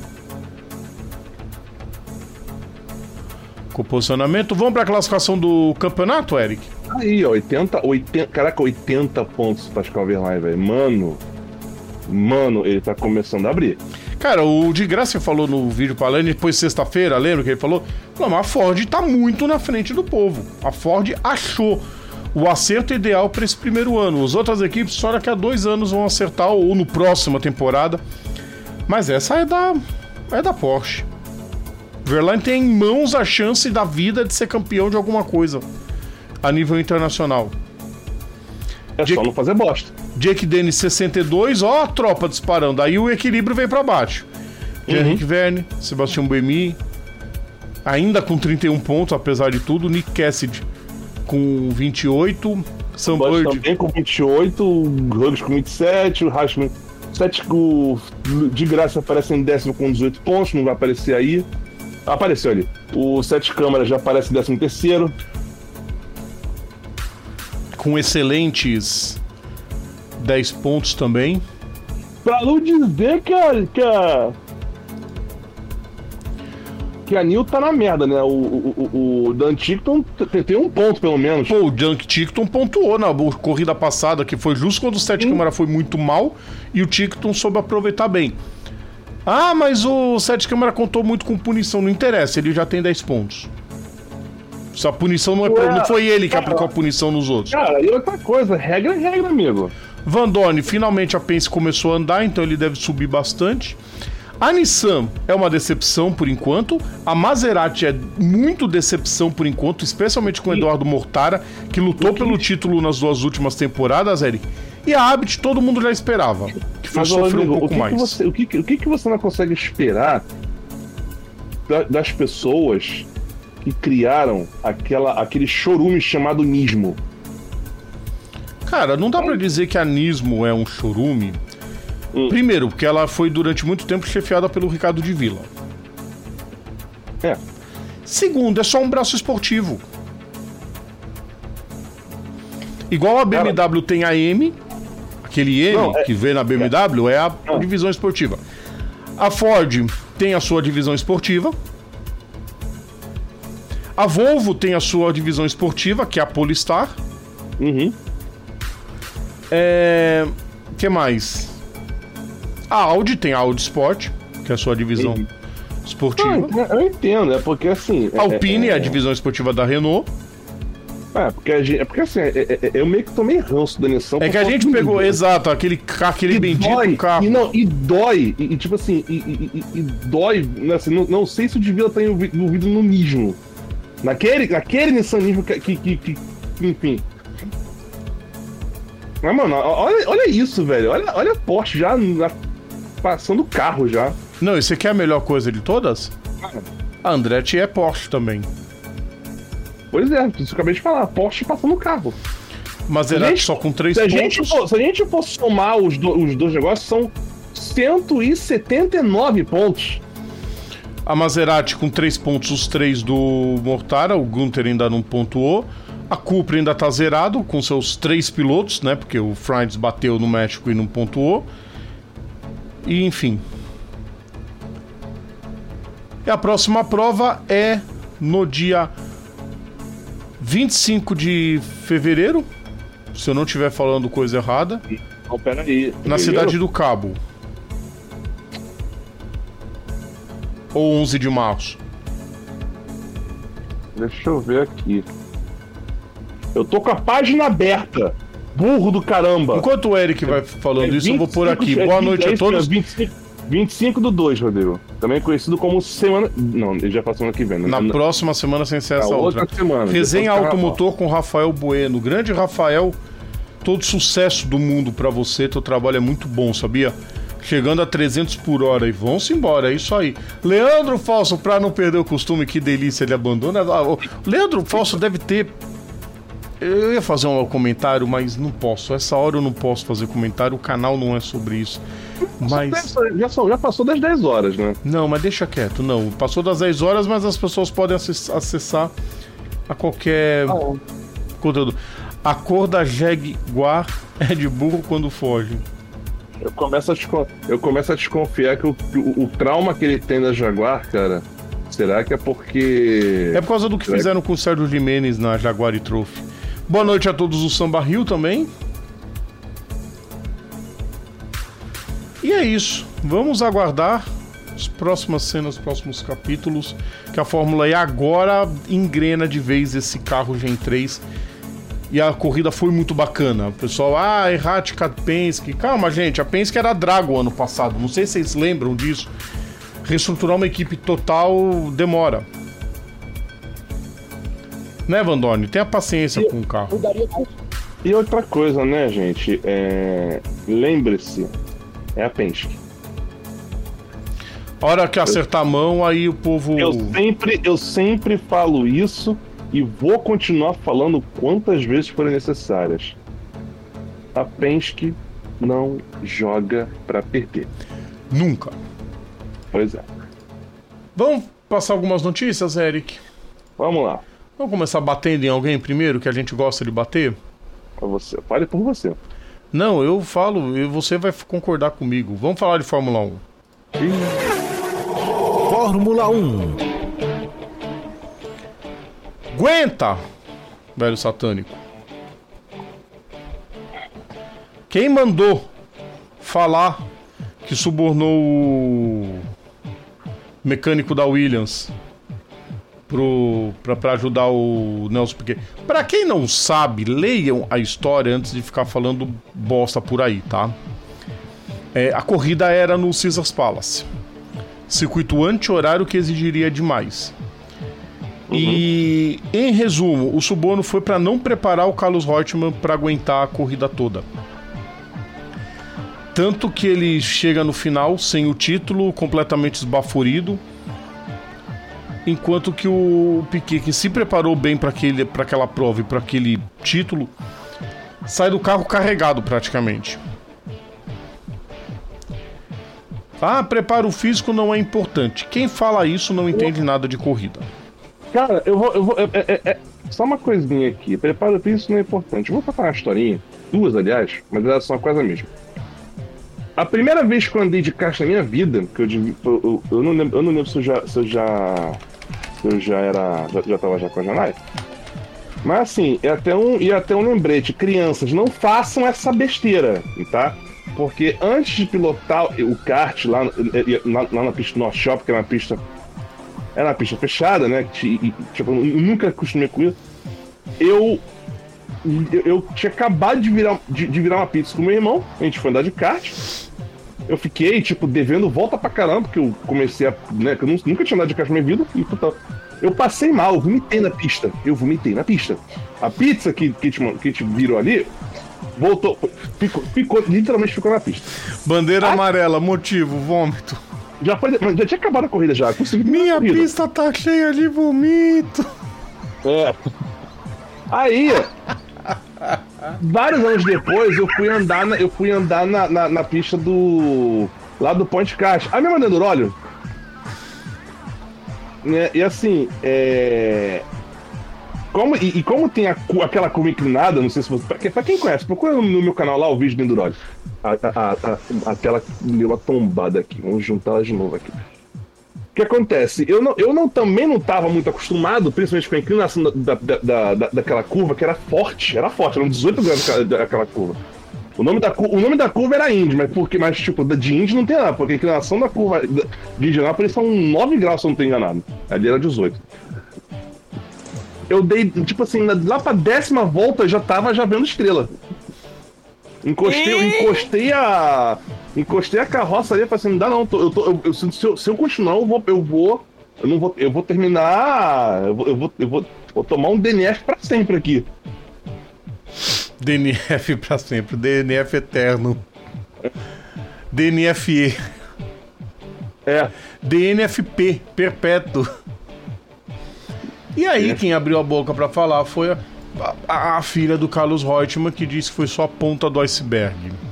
posicionamento. Vamos para a classificação do campeonato, Eric? Aí, ó, 80, caraca, 80 pontos Pascal Verlaine, velho. Mano, ele tá começando a abrir. Cara, o de Graça falou no vídeo pra Lane, depois sexta-feira, lembra que ele falou? Não, mas a Ford tá muito na frente do povo. A Ford achou o acerto ideal para esse primeiro ano. As outras equipes só daqui a 2 anos vão acertar, ou no próxima temporada. Mas essa é da Porsche. Verlaine tem em mãos a chance da vida de ser campeão de alguma coisa a nível internacional. Só não fazer bosta. Jake Dennis 62, ó a tropa disparando. Aí o equilíbrio vem pra baixo. Jean-Eric Verne, Sebastian Buemi, ainda com 31 pontos, apesar de tudo. Nick Cassidy com 28. Sam Bird também com 28. Ruggs com 27. O Rashman 7, de Graça aparece em 10º com 18 pontos. Não vai aparecer aí. Apareceu ali. O 7 câmara já aparece em 13º. Com excelentes 10 pontos também. Pra não dizer que a Nil tá na merda, né? O Dan Tickton tem 1 ponto, pelo menos. Pô, o Dan Tickton pontuou na corrida passada, que foi justo quando o 7 câmara foi muito mal e o Tickton soube aproveitar bem. Ah, mas o 7 câmara contou muito com punição. Não interessa, ele já tem 10 pontos. Essa punição não foi ele que aplicou a punição nos outros. Cara, e outra coisa, regra é regra, amigo. Van Dorn, finalmente a Penske começou a andar, então ele deve subir bastante. A Nissan é uma decepção por enquanto. A Maserati é muito decepção por enquanto, especialmente com o Eduardo Mortara, que lutou pelo título nas 2 últimas temporadas, Eric. E a Abt todo mundo já esperava, que foi sofrer um pouco mais. O que você não consegue esperar das pessoas que criaram aquele chorume chamado Nismo? Cara, não dá pra dizer que a Nismo é um chorume. Primeiro, porque ela foi durante muito tempo chefiada pelo Ricardo de Villa. Segundo, é só um braço esportivo. Igual a BMW tem a M, aquele M que vem na BMW é a divisão esportiva. A Ford tem a sua divisão esportiva. A Volvo tem a sua divisão esportiva, que é a Polestar. Que mais? A Audi tem a Audi Sport, que é a sua divisão esportiva. Eu entendo, é porque assim... A Alpine é a divisão esportiva da Renault. Porque assim, eu meio que tomei ranço da Nissan. É que a gente pegou, exato, aquele bendito carro. E dói, tipo assim, e dói, assim, não sei se o de Villa tá envolvido no Nismo. Naquele Nissan Nismo que enfim... Mas, mano, olha isso, velho. Olha a Porsche já passando o carro já. Não, isso aqui é a melhor coisa de todas? A Andretti é Porsche também. Pois é, isso eu acabei de falar. Porsche passando o carro. Maserati só com 3 pontos. Se a gente for somar os dois negócios, são 179 pontos. A Maserati com 3 pontos, os 3 do Mortara. O Gunther ainda não pontuou. A Cupra ainda tá zerado com seus 3 pilotos, né? Porque o Friends bateu no México e não pontuou. E enfim. E a próxima prova é no dia 25 de fevereiro. Se eu não estiver falando coisa errada. Não, peraí. Na Cidade do Cabo. Ou 11 de março. Deixa eu ver aqui. Eu tô com a página aberta. Burro do caramba. Enquanto o Eric vai falando isso, eu vou pôr aqui. Boa noite a todos. 25/2, Rodrigo. Também conhecido como semana... Não, ele já passou semana que vem. Na próxima semana sem ser essa outra. Semana. Resenha Automotor com Rafael Bueno. Grande Rafael, todo sucesso do mundo pra você. Teu trabalho é muito bom, sabia? Chegando a 300 por hora e vão-se embora, é isso aí. Leandro Falso, pra não perder o costume, que delícia, ele abandona. O Leandro Falso deve ter Eu ia fazer um comentário, mas não posso. Essa hora eu não posso fazer comentário, o canal não é sobre isso. Mas... Já passou das 10 horas, né? Não, mas deixa quieto. Não, passou das 10 horas, mas as pessoas podem acessar a qualquer conteúdo. A cor da Jaguar é de burro quando foge. Eu começo a desconfiar que o trauma que ele tem da Jaguar, cara, será que é porque... É por causa do que fizeram com o Sérgio Jimenez na Jaguar e Trophy. Boa noite a todos do Samba Rio também. E é isso. Vamos aguardar as próximas cenas, os próximos capítulos, que a Fórmula E agora engrena de vez esse carro Gen 3. E a corrida foi muito bacana. O pessoal, errática Penske. Calma, gente, a Penske era Drago ano passado. Não sei se vocês lembram disso. Reestruturar uma equipe total demora. Né, Vandoni? Tenha paciência com o carro. E outra coisa, né, gente? Lembre-se, é a Penske. A hora que acertar a mão, aí o povo... Eu sempre falo isso e vou continuar falando quantas vezes forem necessárias. A Penske não joga pra perder. Nunca. Pois é. Vamos passar algumas notícias, Eric? Vamos lá. Vamos começar batendo em alguém primeiro, que a gente gosta de bater? Você. Fale por você. Não, eu falo e você vai concordar comigo. Vamos falar de Fórmula 1. Fórmula 1. Aguenta, velho satânico. Quem mandou falar que subornou o mecânico da Williams pra ajudar o Nelson Piquet? Pra quem não sabe, leiam a história antes de ficar falando bosta por aí, tá? A corrida era no Caesars Palace, circuito anti-horário que exigiria demais. E, em resumo, o suborno foi para não preparar o Carlos Reutemann para aguentar a corrida toda. Tanto que ele chega no final sem o título, completamente esbaforido, enquanto que o Piquet, que se preparou bem para aquela prova e para aquele título, sai do carro carregado praticamente. Preparo físico não é importante. Quem fala isso não entende nada de corrida. Cara, eu vou. Só uma coisinha aqui. Preparo físico não é importante. Eu vou contar uma historinha. Duas, aliás, mas elas são a coisa mesma. A primeira vez que eu andei de kart na minha vida, que eu não lembro se eu já tava já com a Janai. Mas assim, é até um lembrete. Crianças, não façam essa besteira, tá? Porque antes de pilotar o kart lá na pista North Shop, que era uma pista fechada, né? Tipo, eu nunca acostumei com isso. Eu tinha acabado de virar uma pizza com meu irmão. A gente foi andar de kart. Eu fiquei, tipo, devendo volta pra caramba, porque eu comecei a... né, que eu nunca tinha andado de kart na minha vida. E, puta, eu passei mal, eu vomitei na pista. A pizza que te virou ali... voltou, literalmente ficou na pista. Bandeira amarela, motivo, vômito. Já tinha acabado a corrida já. Minha pista tá cheia de vomito. Aí, vários anos depois, eu fui andar na pista lá do Point Caixa. Aí me mandando óleo. E assim, como tem aquela curva inclinada, não sei se você... Pra quem conhece, procura no meu canal lá o vídeo do Endurolio. Aquela deu uma tombada aqui. Vamos juntar ela de novo aqui. O que acontece? Eu também não estava muito acostumado, principalmente com a inclinação daquela curva, que era forte, eram 18 graus daquela curva. O nome da curva era Indy, mas tipo, de Indy não tem nada, porque a inclinação da curva de Indianápolis são 9 graus, se eu não estou enganado. Ali era 18. Eu dei, tipo assim, lá pra 10ª volta eu já tava vendo estrela. Encostei a carroça ali e falei assim, não dá não, se eu continuar eu vou terminar, eu vou tomar um DNF pra sempre aqui. DNF pra sempre, DNF eterno. DNFE. DNFP, perpétuo. E aí, quem abriu a boca pra falar foi a filha do Carlos Reutemann, que disse que foi só a ponta do iceberg.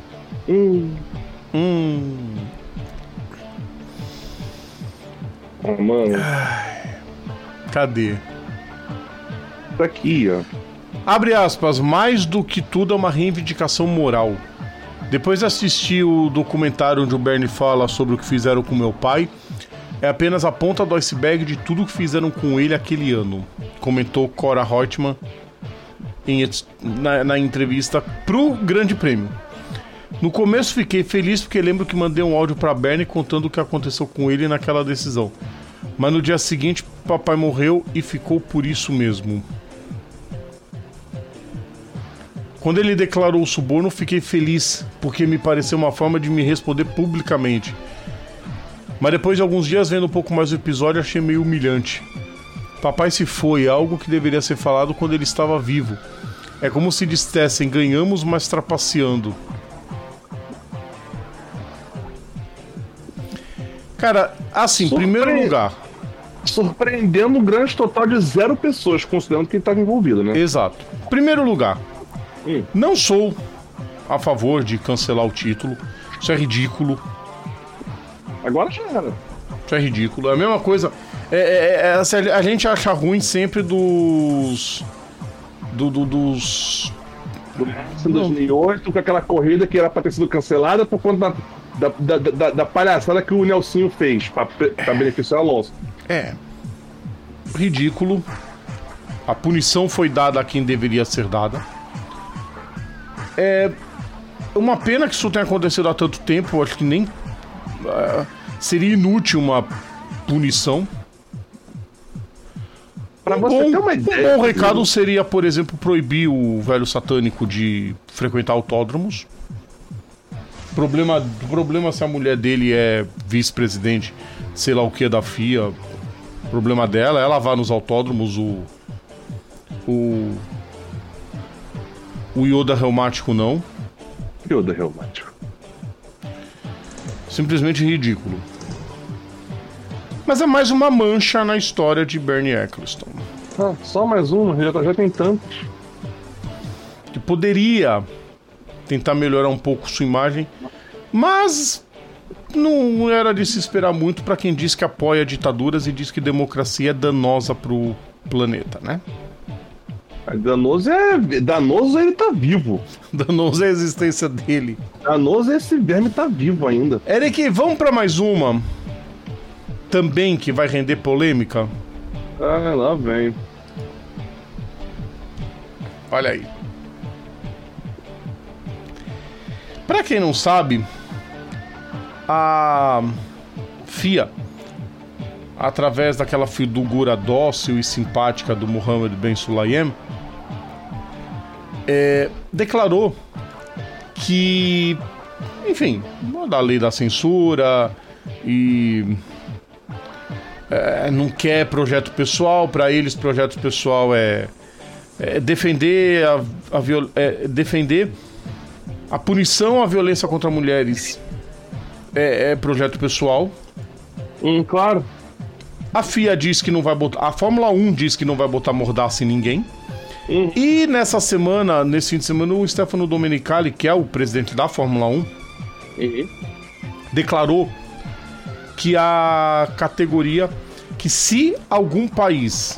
Oh, mano. Cadê? Tá aqui, ó. Abre aspas, mais do que tudo é uma reivindicação moral. Depois de assistir o documentário onde o Bernie fala sobre o que fizeram com meu pai, é apenas a ponta do iceberg de tudo que fizeram com ele aquele ano, comentou Cora Reutemann na entrevista pro Grande Prêmio. No começo fiquei feliz porque lembro que mandei um áudio pra Bernie contando o que aconteceu com ele naquela decisão. Mas no dia seguinte, papai morreu e ficou por isso mesmo. Quando ele declarou o suborno, fiquei feliz, porque me pareceu uma forma de me responder publicamente. Mas depois de alguns dias, vendo um pouco mais o episódio, achei meio humilhante. Papai se foi, algo que deveria ser falado quando ele estava vivo. É como se dissessem, ganhamos, mas trapaceando. Cara, assim, primeiro lugar... Surpreendendo um grande total de 0 pessoas, considerando quem estava envolvido, né? Exato. Primeiro lugar... Não sou a favor de cancelar o título. Isso é ridículo. Agora já era. Isso é ridículo. É a mesma coisa. A gente acha ruim sempre dos. Do 2008, com aquela corrida que era pra ter sido cancelada por conta da palhaçada que o Nelsinho fez pra beneficiar o Alonso. É. Ridículo. A punição foi dada a quem deveria ser dada. É uma pena que isso tenha acontecido há tanto tempo. Eu acho que nem seria inútil uma punição. Pra você ter uma ideia, um bom recado seria, por exemplo, proibir o velho satânico de frequentar autódromos. Problema se a mulher dele é vice-presidente, sei lá o que, da FIA. Problema dela, ela vai nos autódromos, o Yoda reumático não. Yoda reumático. Simplesmente ridículo. Mas é mais uma mancha na história de Bernie Ecclestone. Só mais uma, já tem tantos. Que poderia tentar melhorar um pouco sua imagem, mas não era de se esperar muito para quem diz que apoia ditaduras e diz que democracia é danosa pro planeta, né? Danoso ele tá vivo. Danoso é a existência dele. Danoso esse verme tá vivo ainda. Eric, vamos pra mais uma. Também que vai render polêmica. Lá vem. Olha aí. Pra quem não sabe, a FIA, através daquela figura dócil e simpática do Mohammed Ben Sulayem, declarou que, enfim, da lei da censura e não quer projeto pessoal. Para eles, projeto pessoal é defender defender a punição à violência contra mulheres. É projeto pessoal. Claro. A FIA diz que não vai botar. A Fórmula 1 diz que não vai botar mordaça em ninguém. E nesse fim de semana, o Stefano Domenicali, que é o presidente da Fórmula 1, declarou que a categoria, que se algum país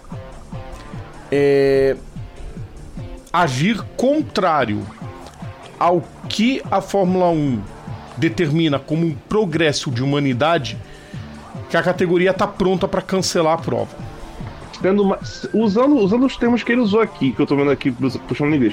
agir contrário ao que a Fórmula 1 determina como um progresso de humanidade, que a categoria está pronta para cancelar a prova. Usando os termos que ele usou aqui, que eu tô vendo aqui puxando em inglês.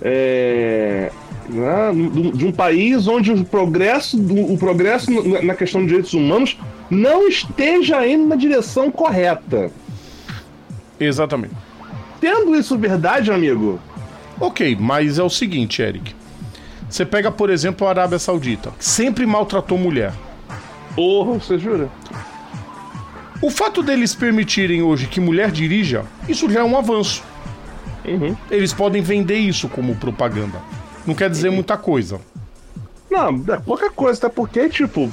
De um país onde o progresso na questão de direitos humanos não esteja indo na direção correta. Exatamente. Tendo isso verdade, amigo. Ok, mas é o seguinte, Eric. Você pega, por exemplo, a Arábia Saudita, que sempre maltratou mulher. Você jura? O fato deles permitirem hoje que mulher dirija, isso já é um avanço. Eles podem vender isso como propaganda. Não quer dizer muita coisa. Não, é pouca coisa, até porque, tipo,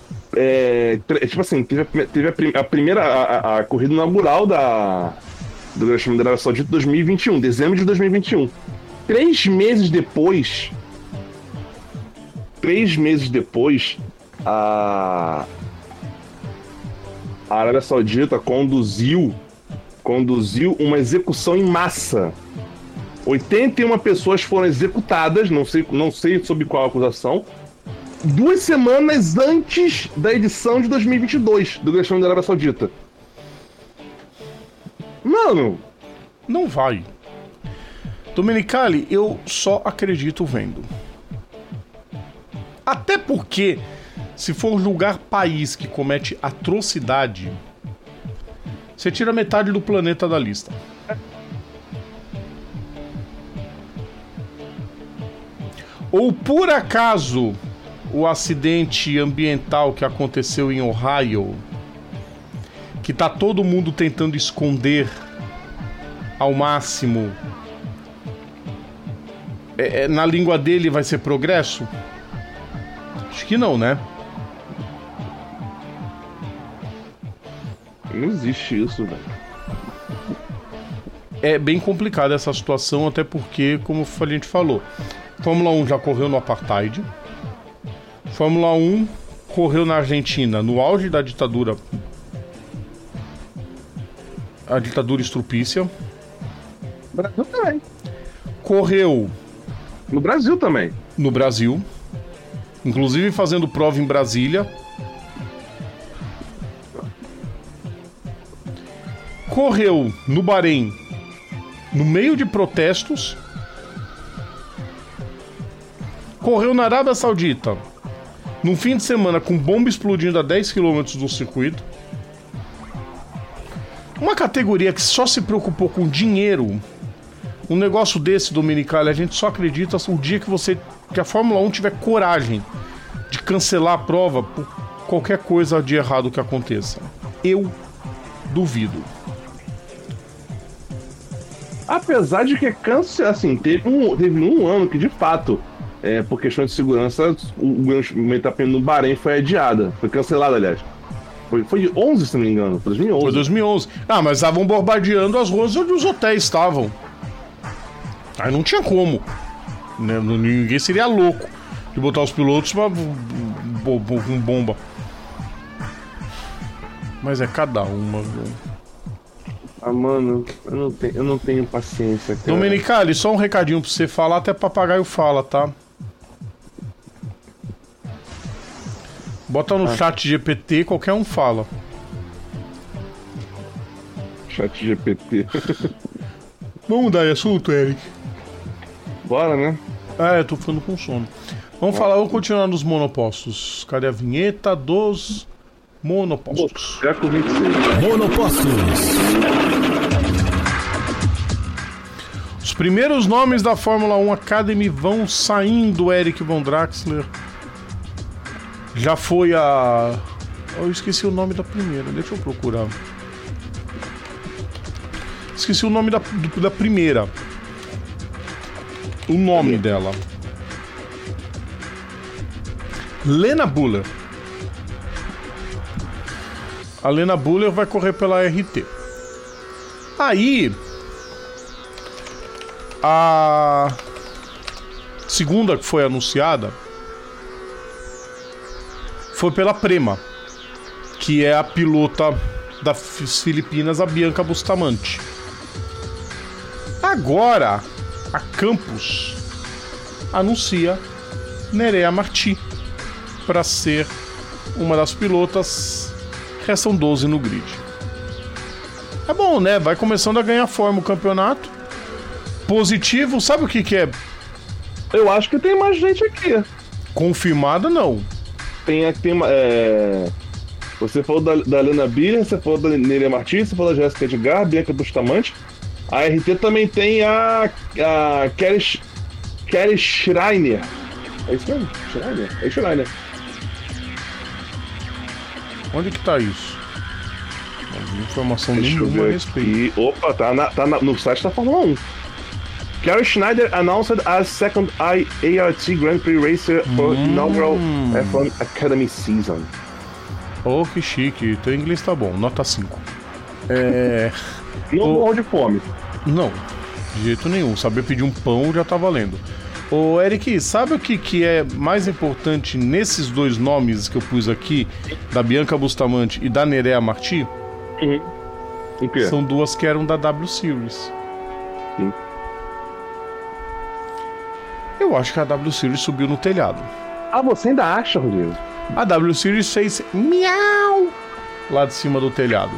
assim, teve a primeira corrida inaugural do Grande Prêmio da Arábia Saudita 2021, dezembro de 2021. 3 meses depois, a Arábia Saudita conduziu uma execução em massa. 81 pessoas foram executadas, não sei sob qual acusação, 2 semanas antes da edição de 2022 do Grande Prêmio da Arábia Saudita. Mano, não vai. Domenicali, eu só acredito vendo. Até porque, se for julgar país que comete atrocidade, você tira metade do planeta da lista. Ou por acaso o acidente ambiental que aconteceu em Ohio, que tá todo mundo tentando esconder ao máximo, na língua dele vai ser progresso? Acho que não, né? Não existe isso, velho. É bem complicada essa situação, até porque, como a gente falou, Fórmula 1 já correu no Apartheid. Fórmula 1 correu na Argentina, no auge da ditadura. A ditadura estrupícia. Brasil também. Correu no Brasil também. No Brasil. Inclusive fazendo prova em Brasília. Correu no Bahrein, no meio de protestos. Correu na Arábia Saudita, num fim de semana com bomba explodindo a 10 km do circuito. Uma categoria que só se preocupou com dinheiro. Um negócio desse, Domenicali, a gente só acredita o dia que a Fórmula 1 tiver coragem de cancelar a prova por qualquer coisa de errado que aconteça. Eu duvido. Apesar de que assim, teve um ano que, de fato, por questões de segurança, o Grande Prêmio no Bahrein foi adiada. Foi cancelado, aliás. Foi de 11, se não me engano. Foi 2011. Foi 2011. Ah, mas estavam bombardeando as ruas onde os hotéis estavam. Aí não tinha como. Né? Ninguém seria louco de botar os pilotos com bomba. Mas é cada uma, viu? Ah, mano, eu não tenho paciência, cara. Domenicali, só um recadinho pra você falar, até papagaio fala, tá? Bota no chat GPT, qualquer um fala. Chat GPT. Vamos mudar de assunto, Eric? Bora, né? Eu tô ficando com sono. Vamos continuar nos monopostos. Cadê a vinheta dos monopostos? Monopostos. Os primeiros nomes da Fórmula 1 Academy vão saindo, Eric Von Draxler. Já foi a... Eu esqueci o nome da primeira, deixa eu procurar. Esqueci o nome da primeira. O nome dela. Lena Buller. A Lena Buller vai correr pela RT. Aí... A segunda que foi anunciada foi pela Prema, que é a pilota das Filipinas, a Bianca Bustamante. Agora, a Campos anuncia Nerea Marti para ser uma das pilotas. Restam 12 no grid. É bom, né? Vai começando a ganhar forma o campeonato. Positivo, sabe o que é? Eu acho que tem mais gente aqui. Confirmada, não. Você falou da Lena Biller, você falou da Nerea Marti, você falou da Jéssica Edgar, Bianca Bustamante. A RT também tem a Kelly Schreiner. É isso mesmo? Schreiner? É Schreiner. Onde que tá isso? Não informação nenhuma a respeito. Opa, tá no site da Fórmula 1. Gary Schneider announced as second ART Grand Prix racer for inaugural F1 Academy season. Oh, que chique. Teu inglês tá bom. Nota 5. Não morro de fome. Não, de jeito nenhum. Saber pedir um pão já tá valendo. Ô, Eric, sabe o que é mais importante nesses dois nomes que eu pus aqui, da Bianca Bustamante e da Nerea Marti? O quê? São duas que eram da W Series. Sim. Eu acho que a W Series subiu no telhado. Ah, você ainda acha, Rodrigo? A W Series fez miau lá de cima do telhado.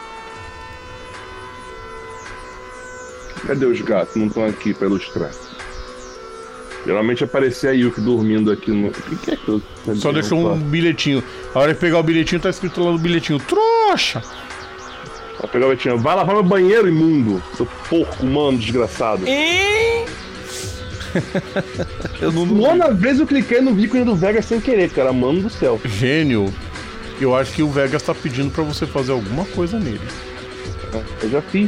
Cadê os gatos? Não estão aqui pra ilustrar. Geralmente aparecia a Yuki dormindo aqui no... O que é aquilo? Só deixou um bilhetinho. A hora de pegar o bilhetinho, tá escrito lá no bilhetinho: trouxa! Vai pegar o bilhetinho. Vai lavar meu banheiro, imundo. Seu porco humano desgraçado. Nona vez eu cliquei no ícone do Vegas sem querer, cara. Mano do céu. Gênio. Eu acho que o Vegas tá pedindo pra você fazer alguma coisa nele. Eu já fiz.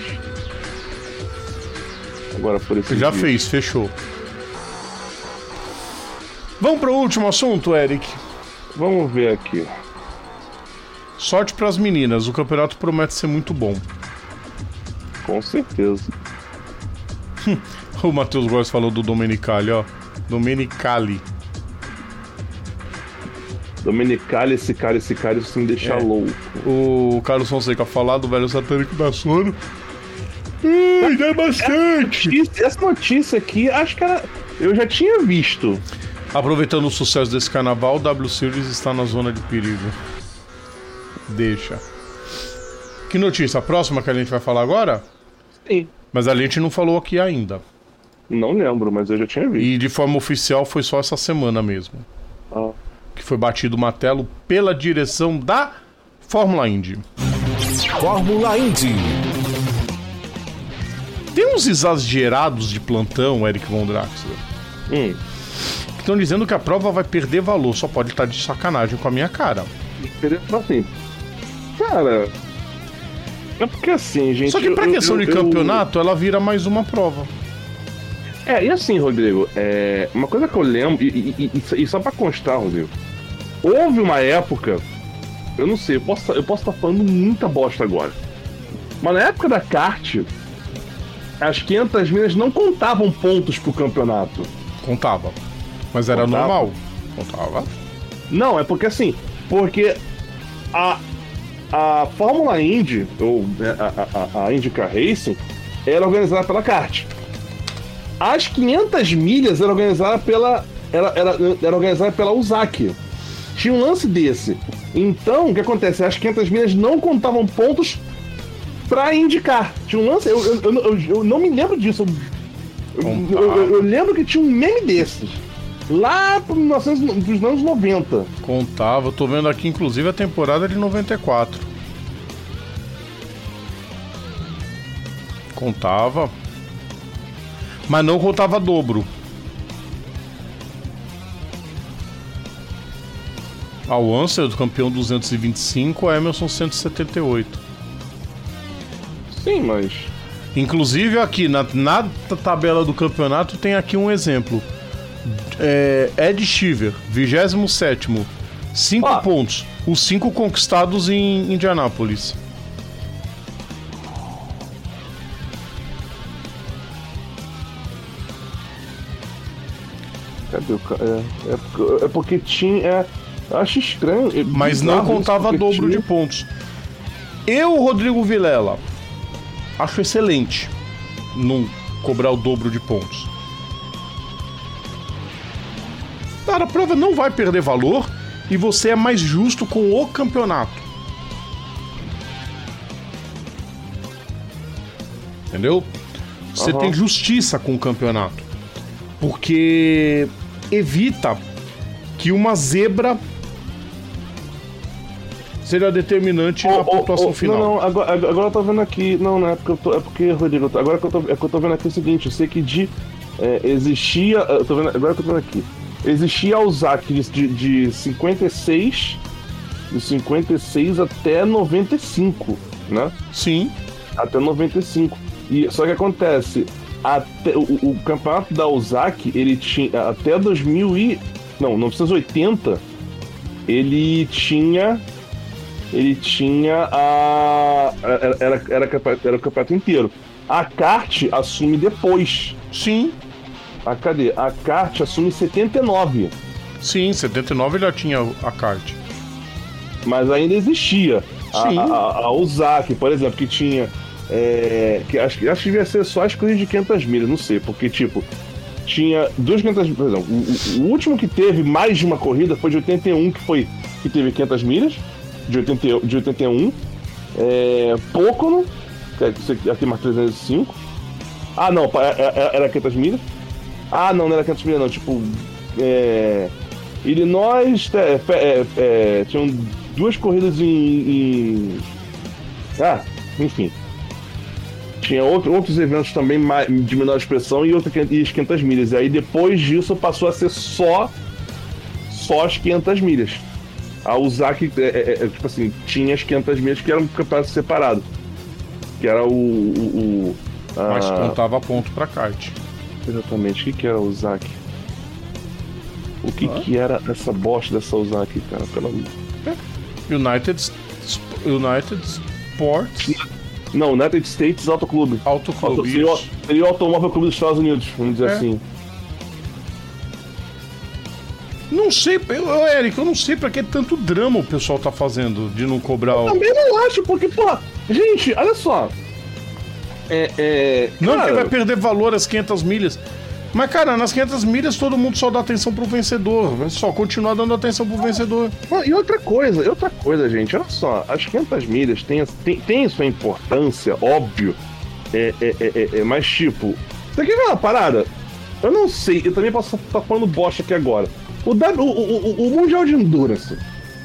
Agora por esse Já dia. fez, fechou. Vamos pro último assunto, Eric? Vamos ver aqui. Sorte pras meninas, o campeonato promete ser muito bom. Com certeza. O Matheus Góes falou do Domenicali, ó. Domenicali, esse cara, isso me deixa louco. O Carlos Fonseca falar do velho satânico da sono. Dá bastante. Essa notícia aqui, acho que eu já tinha visto. Aproveitando o sucesso desse carnaval, o W Series está na zona de perigo. Deixa. Que notícia? A próxima que a gente vai falar agora? Sim. Mas a gente não falou aqui ainda. Não lembro, mas eu já tinha visto. E de forma oficial foi só essa semana mesmo. Que foi batido o martelo pela direção da Fórmula Indy. Fórmula Indy. Tem uns exagerados de plantão, Eric Von Draxler, que estão dizendo que a prova vai perder valor. Só pode estar de sacanagem com a minha cara. Assim, cara, é porque assim, gente... Só que pra questão de campeonato, ela vira mais uma prova. E assim, Rodrigo, uma coisa que eu lembro, e só pra constar, Rodrigo, houve uma época, eu não sei, eu posso estar falando muita bosta agora, mas na época da kart, as 500 milhas não contavam pontos pro campeonato. Contava, mas era normal. Contava. Não, é porque assim, a Fórmula Indy, ou a IndyCar Racing, era organizada pela kart. As 500 milhas era organizada era organizada pela USAC. Tinha um lance desse. Então, o que acontece? As 500 milhas não contavam pontos pra indicar. Tinha um lance... Eu não me lembro disso. Eu lembro que tinha um meme desses. Lá pros anos 90. Contava. Eu tô vendo aqui, inclusive, a temporada de 94. Contava. Mas não contava dobro. Ao Ansel, campeão 225, a Emerson 178. Sim, mas... Inclusive aqui, na tabela do campeonato, tem aqui um exemplo. Ed Cheever, 27º, 5 pontos. Os 5 conquistados em Indianápolis. Cadê o cara? É porque tinha... acho estranho. Mas não contava dobro de pontos. Eu, Rodrigo Vilela, acho excelente não cobrar o dobro de pontos. Cara, a prova não vai perder valor e você é mais justo com o campeonato. Entendeu? Você tem justiça com o campeonato. Porque evita que uma zebra seja determinante na pontuação final. Não, agora eu tô vendo aqui. Não é porque Rodrigo, agora que eu tô vendo aqui é o seguinte, eu sei que existia. Agora que eu tô vendo aqui. Existia a USAC de 56. De 56 até 95, né? Sim. Até 95. E só que acontece. O campeonato da USAC, ele tinha até 1980, ele ele tinha era o campeonato inteiro. A kart assume depois. Sim. Cadê? A kart assume 79. Sim, 79 já tinha a kart. Mas ainda existia. Sim. A Ozaki, por exemplo, que tinha... que acho que devia ser só as coisas de 500 milhas, não sei. Porque, tipo, tinha 200... Por exemplo, o último que teve mais de uma corrida foi de 81, que teve 500 milhas. De 81. Pocono, que aqui mais 305. Ah, não, era 500 milhas. Ah, não era 500 milhas, não. Tipo, Illinois tinham 2 corridas em... enfim. Tinha outros eventos também de menor expressão e as 500 milhas. E aí depois disso passou a ser só as 500 milhas. A Ozaki, tipo assim, tinha as 500 milhas que era um campeonato separado. Que era Mas contava ponto pra kart. Exatamente, o que era a Ozaki? O que era essa bosta dessa Ozaki, cara? United Sports. Não, United States Auto Club. Seria o Automóvel Clube dos Estados Unidos, vamos dizer assim. Não sei, Eric, eu não sei pra que tanto drama o pessoal tá fazendo de não cobrar Eu também não acho, porque, porra, gente, olha só. Não que vai perder valor as 500 milhas. Mas, cara, nas 500 milhas todo mundo só dá atenção pro vencedor. É só continuar dando atenção pro vencedor. E outra coisa, gente, olha só. As 500 milhas tem sua importância, óbvio. Mas, tipo, você quer ver uma parada? Eu não sei, eu também posso estar falando bosta aqui agora. O Mundial de Endurance.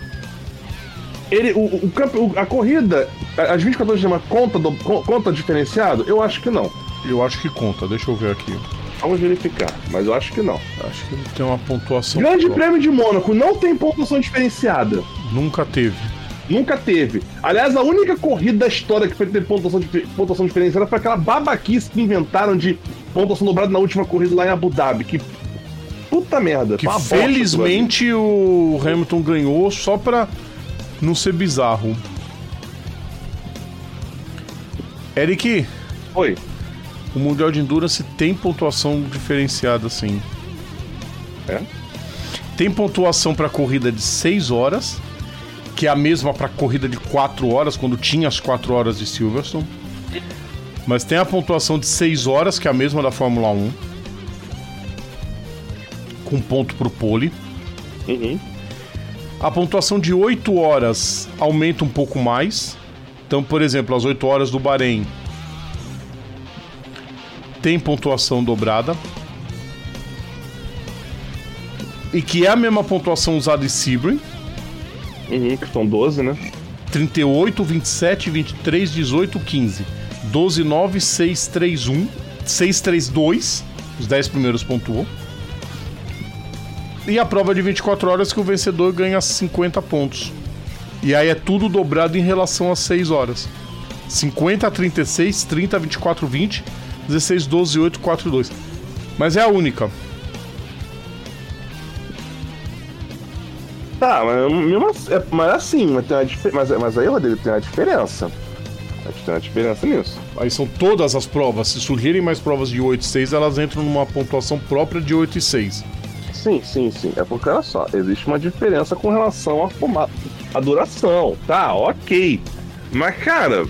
A corrida, as 24 horas de semana, conta diferenciado? Eu acho que não. Eu acho que conta, deixa eu ver aqui. Vamos verificar, mas eu acho que não. Acho que tem uma pontuação. Grande Prêmio de Mônaco não tem pontuação diferenciada. Nunca teve. Aliás, a única corrida da história que foi ter pontuação diferenciada foi aquela babaquice que inventaram de pontuação dobrada na última corrida lá em Abu Dhabi. Que puta merda. Que felizmente o Hamilton ganhou só pra não ser bizarro. Eric. Oi. O Mundial de Endurance tem pontuação diferenciada, sim. Tem pontuação pra corrida de 6 horas, que é a mesma pra corrida de 4 horas, quando tinha as 4 horas de Silverstone. Mas tem a pontuação de 6 horas, que é a mesma da Fórmula 1. Com ponto pro pole. A pontuação de 8 horas aumenta um pouco mais. Então, por exemplo, as 8 horas do Bahrein tem pontuação dobrada. E que é a mesma pontuação usada em Sebring. Que são 12, né? 38, 27, 23, 18, 15. 12, 9, 6, 3, 1. 6, 3, 2. Os 10 primeiros pontuam. E a prova de 24 horas que o vencedor ganha 50 pontos. E aí é tudo dobrado em relação às 6 horas. 50 a 36, 30 a 24, 20, 16, 12, 8, 4, 2. Mas é a única. Tá, mas assim, mas aí, Rodrigo, tem uma diferença. Tem uma diferença nisso. Aí são todas as provas. Se surgirem mais provas de 8 e 6, elas entram numa pontuação própria de 8 e 6. Sim. É porque, olha só, existe uma diferença com relação à duração. Tá, ok. Mas, cara...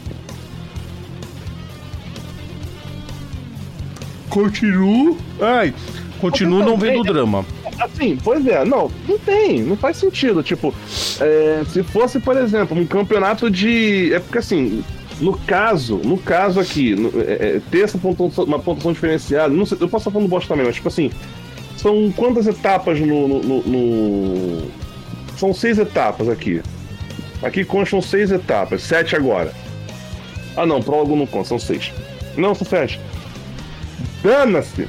Continuo não vendo drama. Assim, pois é, não faz sentido. Tipo, se fosse, por exemplo, um campeonato de... É porque, assim, no caso aqui, ter uma pontuação diferenciada, não sei, eu posso estar falando bosta também, mas, tipo assim, são quantas etapas São 6 etapas aqui. Aqui constam 6 etapas, 7 agora. Ah, não, prólogo não consta, são 6. Não, são 7. Dana-se!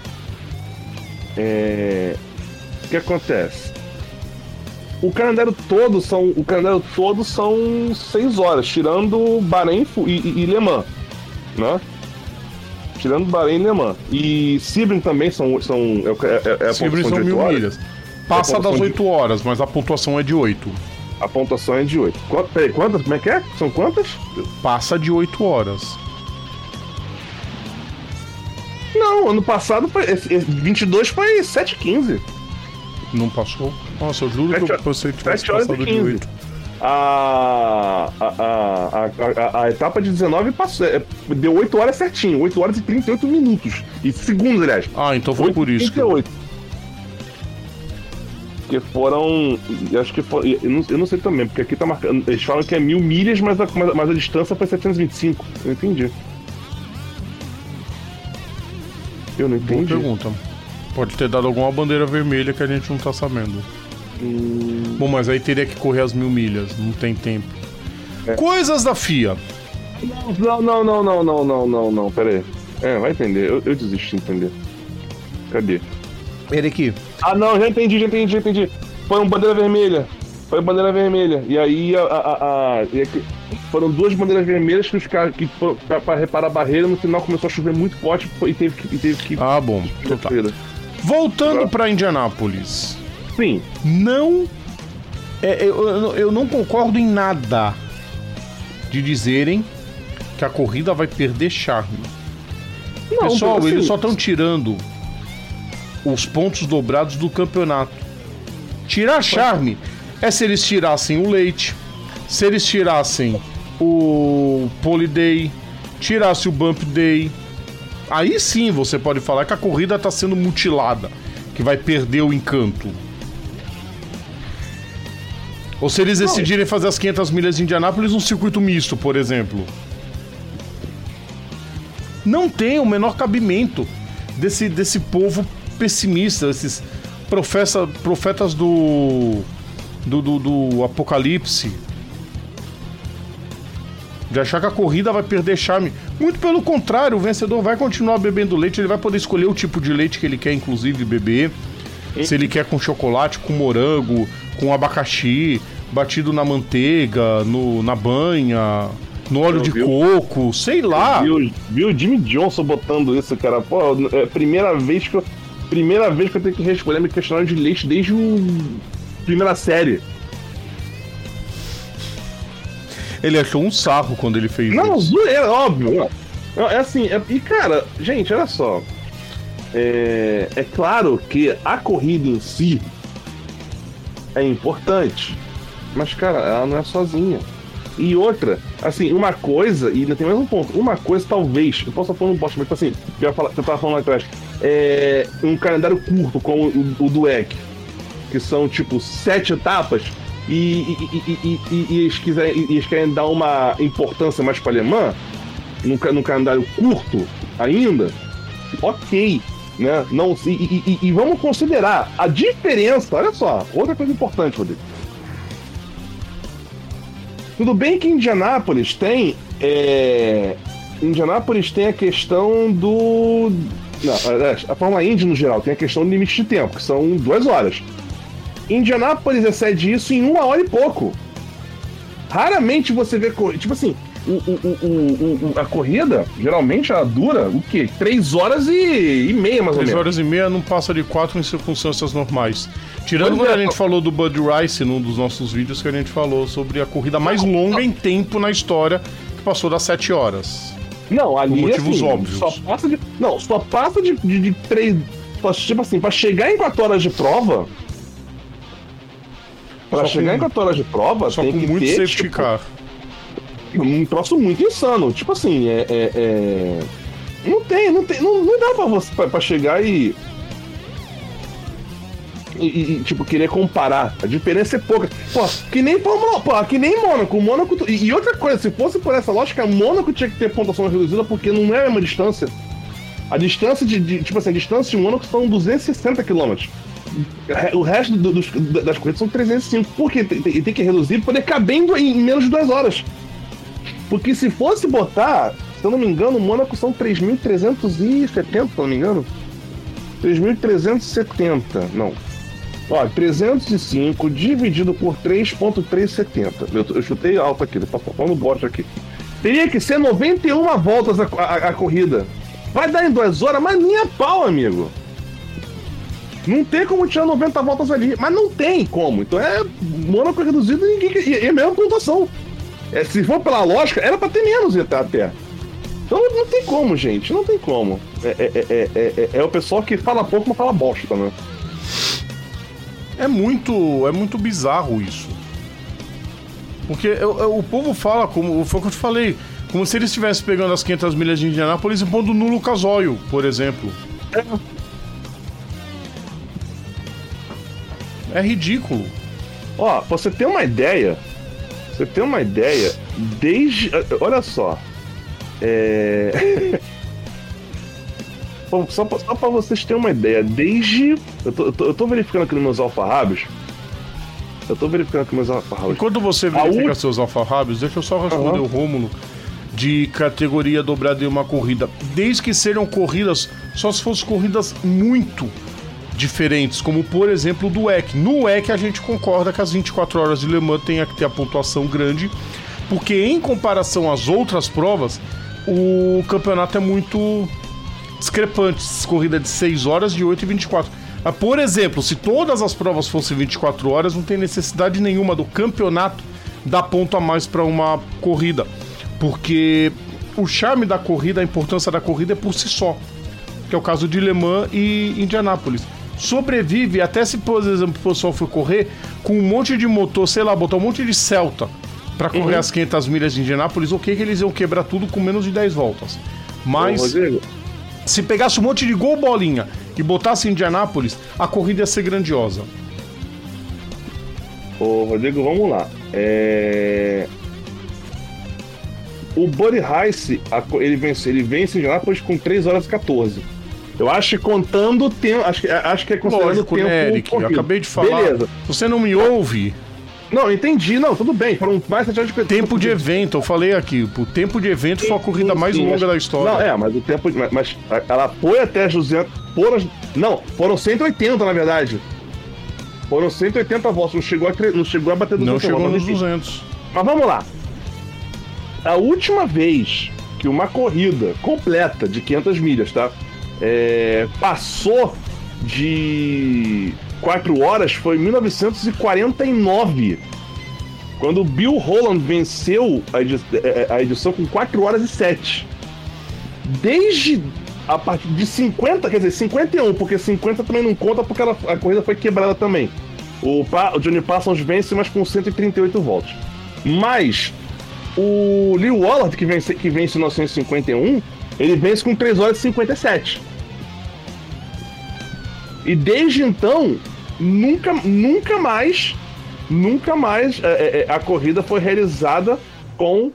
O que acontece? O calendário todo são 6 horas, tirando Bahrein e Le Mans, né? Tirando Bahrein e Le Mans. E Sebring também são a Sebring são 1000 milhas. Passa das 8 horas, mas a pontuação é de 8. A pontuação é de 8. Peraí, quantas? Como é que é? São quantas? Passa de 8 horas. Não, ano passado foi 22 foi 7h15. Não passou? Nossa, eu juro que eu pensei que tivesse 7 horas passado e de 15. 8. A etapa de 19 passou, deu 8 horas certinho, 8 horas e 38 minutos. E segundos, aliás. Ah, então foi por isso. 38. Porque foram. Acho que foram. Eu não sei também, porque aqui tá marcando. Eles falam que é 1000 milhas, mas a distância foi 725. Eu entendi. Eu não entendi. Boa pergunta. Pode ter dado alguma bandeira vermelha que a gente não tá sabendo. Bom, mas aí teria que correr as 1000 milhas, não tem tempo. Coisas da FIA. Não, pera aí. Vai entender, eu desisto de entender. Cadê? Eric. Ah, não, já entendi. Foi uma bandeira vermelha. E aí, foram 2 bandeiras vermelhas que os caras que pra reparar a barreira, no final começou a chover muito forte e teve que. Ah, bom. Então tá. Voltando pra Indianápolis. Sim. Não. Eu não concordo em nada de dizerem que a corrida vai perder charme. Não, pessoal, assim, eles só estão tirando os pontos dobrados do campeonato. Tirar charme é se eles tirassem o leite, se eles tirassem o pole day, tirassem o bump day. Aí sim você pode falar que a corrida está sendo mutilada, que vai perder o encanto. Ou se eles decidirem fazer as 500 milhas de Indianápolis num circuito misto, por exemplo. Não tem o menor cabimento desse povo pessimista, esses profetas do apocalipse, de achar que a corrida vai perder charme. Muito pelo contrário, o vencedor vai continuar bebendo leite, ele vai poder escolher o tipo de leite que ele quer, inclusive, beber. Se ele quer com chocolate, com morango, com abacaxi, batido na manteiga, na banha, no óleo de coco, sei lá. Viu o Jimmy Johnson botando isso, cara? Pô, é a primeira vez que eu tenho que responder meu questionário de leite desde primeira série. Ele achou um sarro quando ele fez isso. Não, zoeira, óbvio. É assim, e cara, gente, olha só. É claro que a corrida em si é importante, mas, cara, ela não é sozinha. E outra, assim, uma coisa, e ainda tem mais um ponto, uma coisa talvez, eu posso falar no bosta, mas assim, eu tava falando lá atrás, um calendário curto como o do EC, que são tipo 7 etapas, e eles querem dar uma importância mais para alemã, num calendário curto ainda, ok. Né? Não, e vamos considerar a diferença. Olha só, outra coisa importante, Rodrigo. Tudo bem que Indianápolis tem a questão do... Não, a Fórmula Indy no geral tem a questão do limite de tempo, que são 2 horas. Indianápolis excede isso em 1 hora e pouco. Raramente você vê... Tipo assim, a corrida, geralmente, ela dura o quê? 3 horas e meia, mais ou menos. 3 horas e meia não passa de 4 em circunstâncias normais. Tirando quando a gente falou do Bud Rice num dos nossos vídeos, que a gente falou sobre a corrida mais longa em tempo na história, que passou das 7 horas. Não, ali, por motivos assim, óbvios. Só passa de 3... Tipo assim, pra chegar em 4 horas de prova... Em 4 horas de prova, só tem com que muito ter, safety car. Um troço muito insano. Tipo assim, Não dá pra você pra chegar e tipo, querer comparar. A diferença é pouca. Pô, que nem Fórmula, pô, que nem Mônaco. E outra coisa, se fosse por essa lógica, Mônaco tinha que ter pontuação reduzida porque não é a mesma distância. A distância tipo assim, a distância de Mônaco são 260 km. O resto das corridas são 305. Por quê? Tem que reduzir para poder caber em menos de 2 horas. Porque se fosse botar, se eu não me engano, o Mônaco são 3.370, se eu não me engano. 3.370, não. Ó, 305 dividido por 3.370. Eu chutei alto aqui, eu posso falar no bote aqui. Teria que ser 91 voltas a corrida. Vai dar em 2 horas, mas nem a pau, amigo. Não tem como tirar 90 voltas ali, mas não tem como. Então é Mônaco reduzido e é a mesma pontuação. Se for pela lógica, era pra ter menos até. Então não tem como, gente, não tem como. É o pessoal que fala pouco, mas fala bosta, né? É muito bizarro isso. Porque o povo fala, como foi o que eu te falei, como se eles estivessem pegando as 500 milhas de Indianápolis e pondo no Lucas Oil, por exemplo. É ridículo. Ó, pra você ter uma ideia, desde... Olha só. Só pra vocês terem uma ideia, desde... Eu tô verificando aqui nos meus alfarrábios. Enquanto você verifica seus alfarrábios, deixa eu só responder o Rômulo de categoria dobrada em uma corrida. Desde que sejam corridas, só se fossem corridas muito diferentes, como por exemplo do WEC. No WEC a gente concorda que as 24 horas de Le Mans tenha que ter a pontuação grande, porque em comparação às outras provas, o campeonato é muito discrepante. Corrida de 6 horas, de 8 e 24. Por exemplo, se todas as provas fossem 24 horas, não tem necessidade nenhuma do campeonato dar ponto a mais para uma corrida, porque o charme da corrida, a importância da corrida é por si só, que é o caso de Le Mans e Indianápolis. Sobrevive até se, por exemplo, o pessoal for correr com um monte de motor, sei lá, botar um monte de Celta para correr as 500 milhas de Indianápolis, ok que eles iam quebrar tudo com menos de 10 voltas. Mas se pegasse um monte de Gol Bolinha e botasse em Indianápolis, a corrida ia ser grandiosa. Ô, Rodrigo, vamos lá. O Buddy Heiss, ele vence em Indianápolis com 3 horas e 14. Eu acho que contando o tempo. Acho que é considerando o tempo. Eric, eu acabei de falar. Beleza. Você não me ouve? Não, entendi. Não, tudo bem. Foram mais 7 horas de tempo de evento, eu falei aqui. O tempo de evento foi a corrida mais longa da história. Não, mas o tempo. Mas ela foi até as 200. Não, foram 180, na verdade. Foram 180 voltas. Não chegou a bater 200. Não chegou nos 200. Mas vamos lá. A última vez que uma corrida completa de 500 milhas, tá? Passou de 4 horas foi em 1949, quando o Bill Holland venceu a edição com 4 horas e 7. Desde a partir de 50, quer dizer, 51, porque 50 também não conta porque a corrida foi quebrada também. O Johnny Parsons vence, mas com 138 voltas. Mas o Lee Wallard, que vence em 1951, ele vence com 3 horas e 57. E desde então, nunca mais a corrida foi realizada com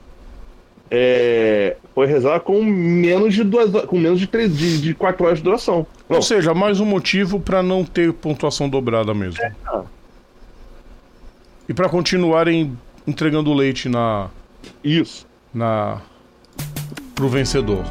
menos de 4 horas de duração. Ou seja, mais um motivo para não ter pontuação dobrada mesmo. E para continuarem entregando leite pro vencedor.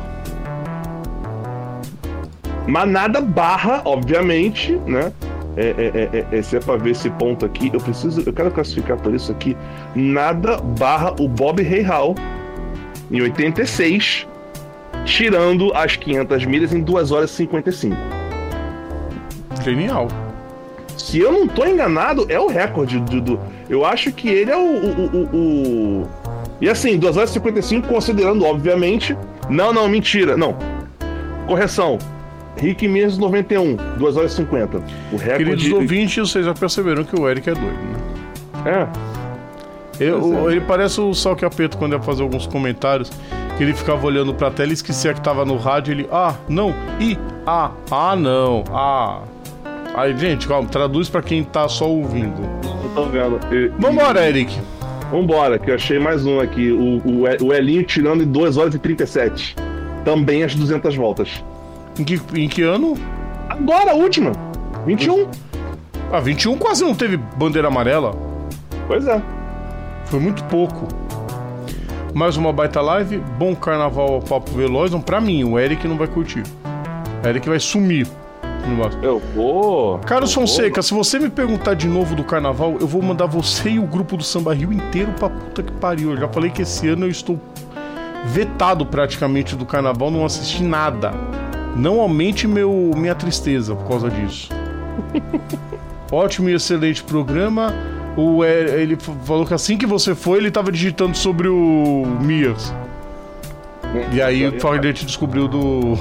Mas nada barra, obviamente, né? Se é pra ver esse ponto aqui, eu quero classificar por isso aqui. Nada barra o Bob Rahal em 86, tirando as 500 milhas em 2 horas e 55. Genial. Se eu não tô enganado, é o recorde eu acho que ele é o... E assim, 2 horas e 55, considerando, obviamente... Não, mentira, não. Correção. Rick Mears 91, 2 horas e 50. O recorde... Queridos ouvintes, vocês já perceberam que o Eric é doido, né? Ele parece o Sal Capeto quando ia fazer alguns comentários, que ele ficava olhando pra tela e esquecia que tava no rádio, ele... não, não, Aí, gente, calma, traduz pra quem tá só ouvindo. Eu tô vendo. Vambora, Eric. Vambora, que eu achei mais um aqui. O Elinho tirando em 2 horas e 37. Também as 200 voltas. Em que ano? Agora, a última. 21. 21 quase não teve bandeira amarela. Pois é. Foi muito pouco. Mais uma baita live. Bom carnaval ao Papo Veloz. Pra mim, o Eric não vai curtir. O Eric vai sumir. Eu vou. Carlos Fonseca, se você me perguntar de novo do carnaval, eu vou mandar você e o grupo do Samba Rio inteiro pra puta que pariu. Eu já falei que esse ano eu estou vetado praticamente do carnaval, não assisti nada. Não aumente minha tristeza por causa disso. Ótimo e excelente programa. Ele falou que assim que você foi, ele tava digitando sobre o Mias. E aí o Fagner descobriu do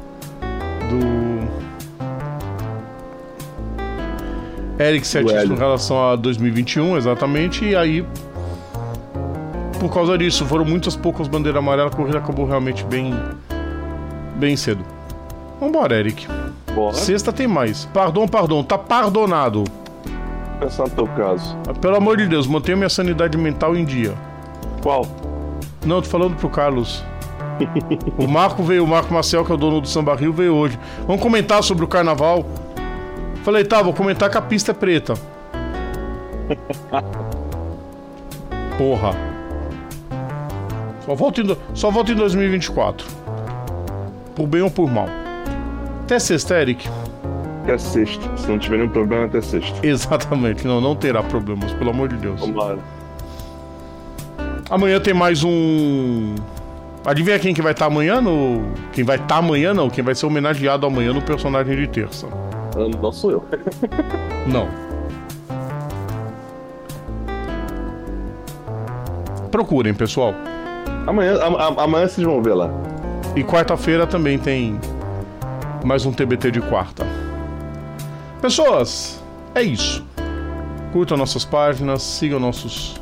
Eric 7 em relação a 2021, exatamente. E aí, por causa disso, foram muitas poucas bandeiras amarelas. A corrida acabou realmente bem cedo. Vambora, Eric. Bora. Sexta tem mais. Pardon, tá pardonado. Pensar no teu caso. Pelo amor de Deus, mantenha minha sanidade mental em dia. Qual? Não, tô falando pro Carlos. O Marco Marcel, que é o dono do Samba Rio, veio hoje. Vamos comentar sobre o carnaval. Falei, tá, vou comentar que a pista é preta. Porra. Só volta em 2024. Por bem ou por mal. Até sexta, Eric. Até sexta. Se não tiver nenhum problema, até sexta. Exatamente. Não terá problemas, pelo amor de Deus. Vamos lá. Amanhã tem mais um... Adivinha quem que vai estar amanhã no... Quem vai estar amanhã, não. Quem vai ser homenageado amanhã no personagem de terça. Não sou eu. Não. Procurem, pessoal. Amanhã vocês vão ver lá. E quarta-feira também tem mais um TBT de quarta. Pessoas, é isso. Curtam nossas páginas, sigam nosso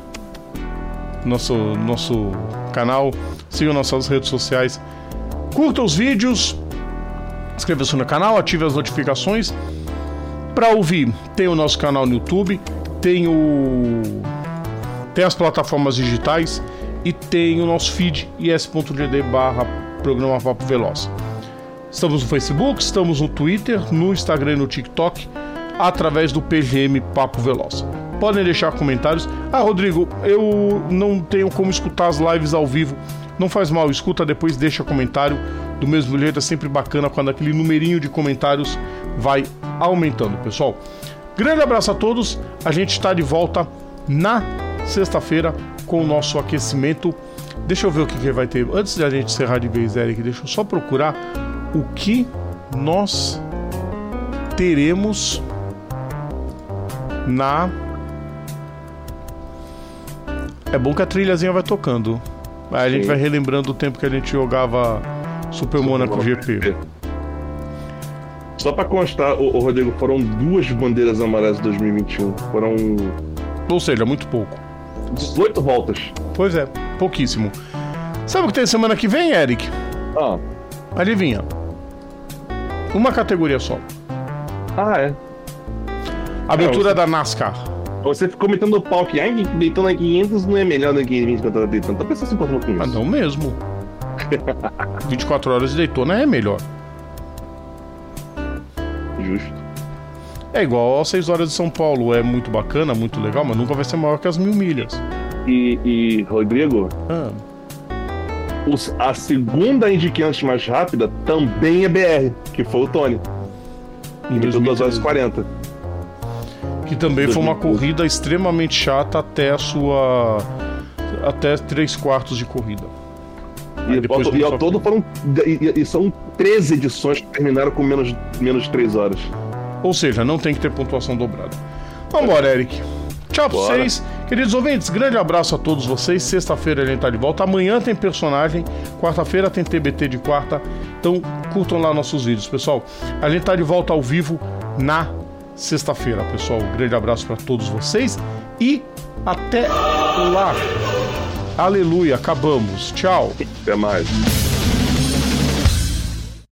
canal, sigam nossas redes sociais, curtam os vídeos, inscreva-se no canal, ative as notificações. Para ouvir, tem o nosso canal no YouTube, tem as plataformas digitais e tem o nosso feed is.gd/programa Papo Veloz. Estamos no Facebook, estamos no Twitter, no Instagram e no TikTok, através do PGM Papo Veloz. Podem deixar comentários. Rodrigo, eu não tenho como escutar as lives ao vivo. Não faz mal, escuta depois, deixa comentário. Do mesmo jeito, é sempre bacana quando aquele numerinho de comentários vai aumentando, pessoal. Grande abraço a todos. A gente está de volta na sexta-feira com o nosso aquecimento. Deixa eu ver o que vai ter. Antes de a gente encerrar de vez, Eric, deixa eu só procurar o que nós teremos na... É bom que a trilhazinha vai tocando. Aí a gente vai relembrando o tempo que a gente jogava Super Monaco GP. Só pra constar, o Rodrigo, foram 2 bandeiras amarelas de 2021. Foram... Ou seja, muito pouco. 18 voltas. Pois é, pouquíssimo. Sabe o que tem semana que vem, Eric? Adivinha? Uma categoria só. É. Abertura da NASCAR. Você ficou metendo o pau que deitando na 500 não é melhor do que 520 quando tá deitando. Tá pensando se importando com isso. Não mesmo. 24 horas de Daytona é melhor. Justo. É igual às 6 horas de São Paulo. É muito bacana, muito legal, mas nunca vai ser maior que as 1000 milhas. E Rodrigo? A segunda Indy 500 mais rápida também é BR, que foi o Tony. Em 2 horas e 40. Que também foi uma corrida extremamente chata até até 3/4 de corrida. E ao todo foram. E são 13 edições que terminaram com menos de 3 horas. Ou seja, não tem que ter pontuação dobrada. Vambora, Eric. Tchau pra vocês. Queridos ouvintes, grande abraço a todos vocês. Sexta-feira a gente tá de volta. Amanhã tem personagem. Quarta-feira tem TBT de quarta. Então curtam lá nossos vídeos, pessoal. A gente tá de volta ao vivo na sexta-feira, pessoal. Grande abraço para todos vocês. E até lá. Aleluia. Acabamos. Tchau. Até mais.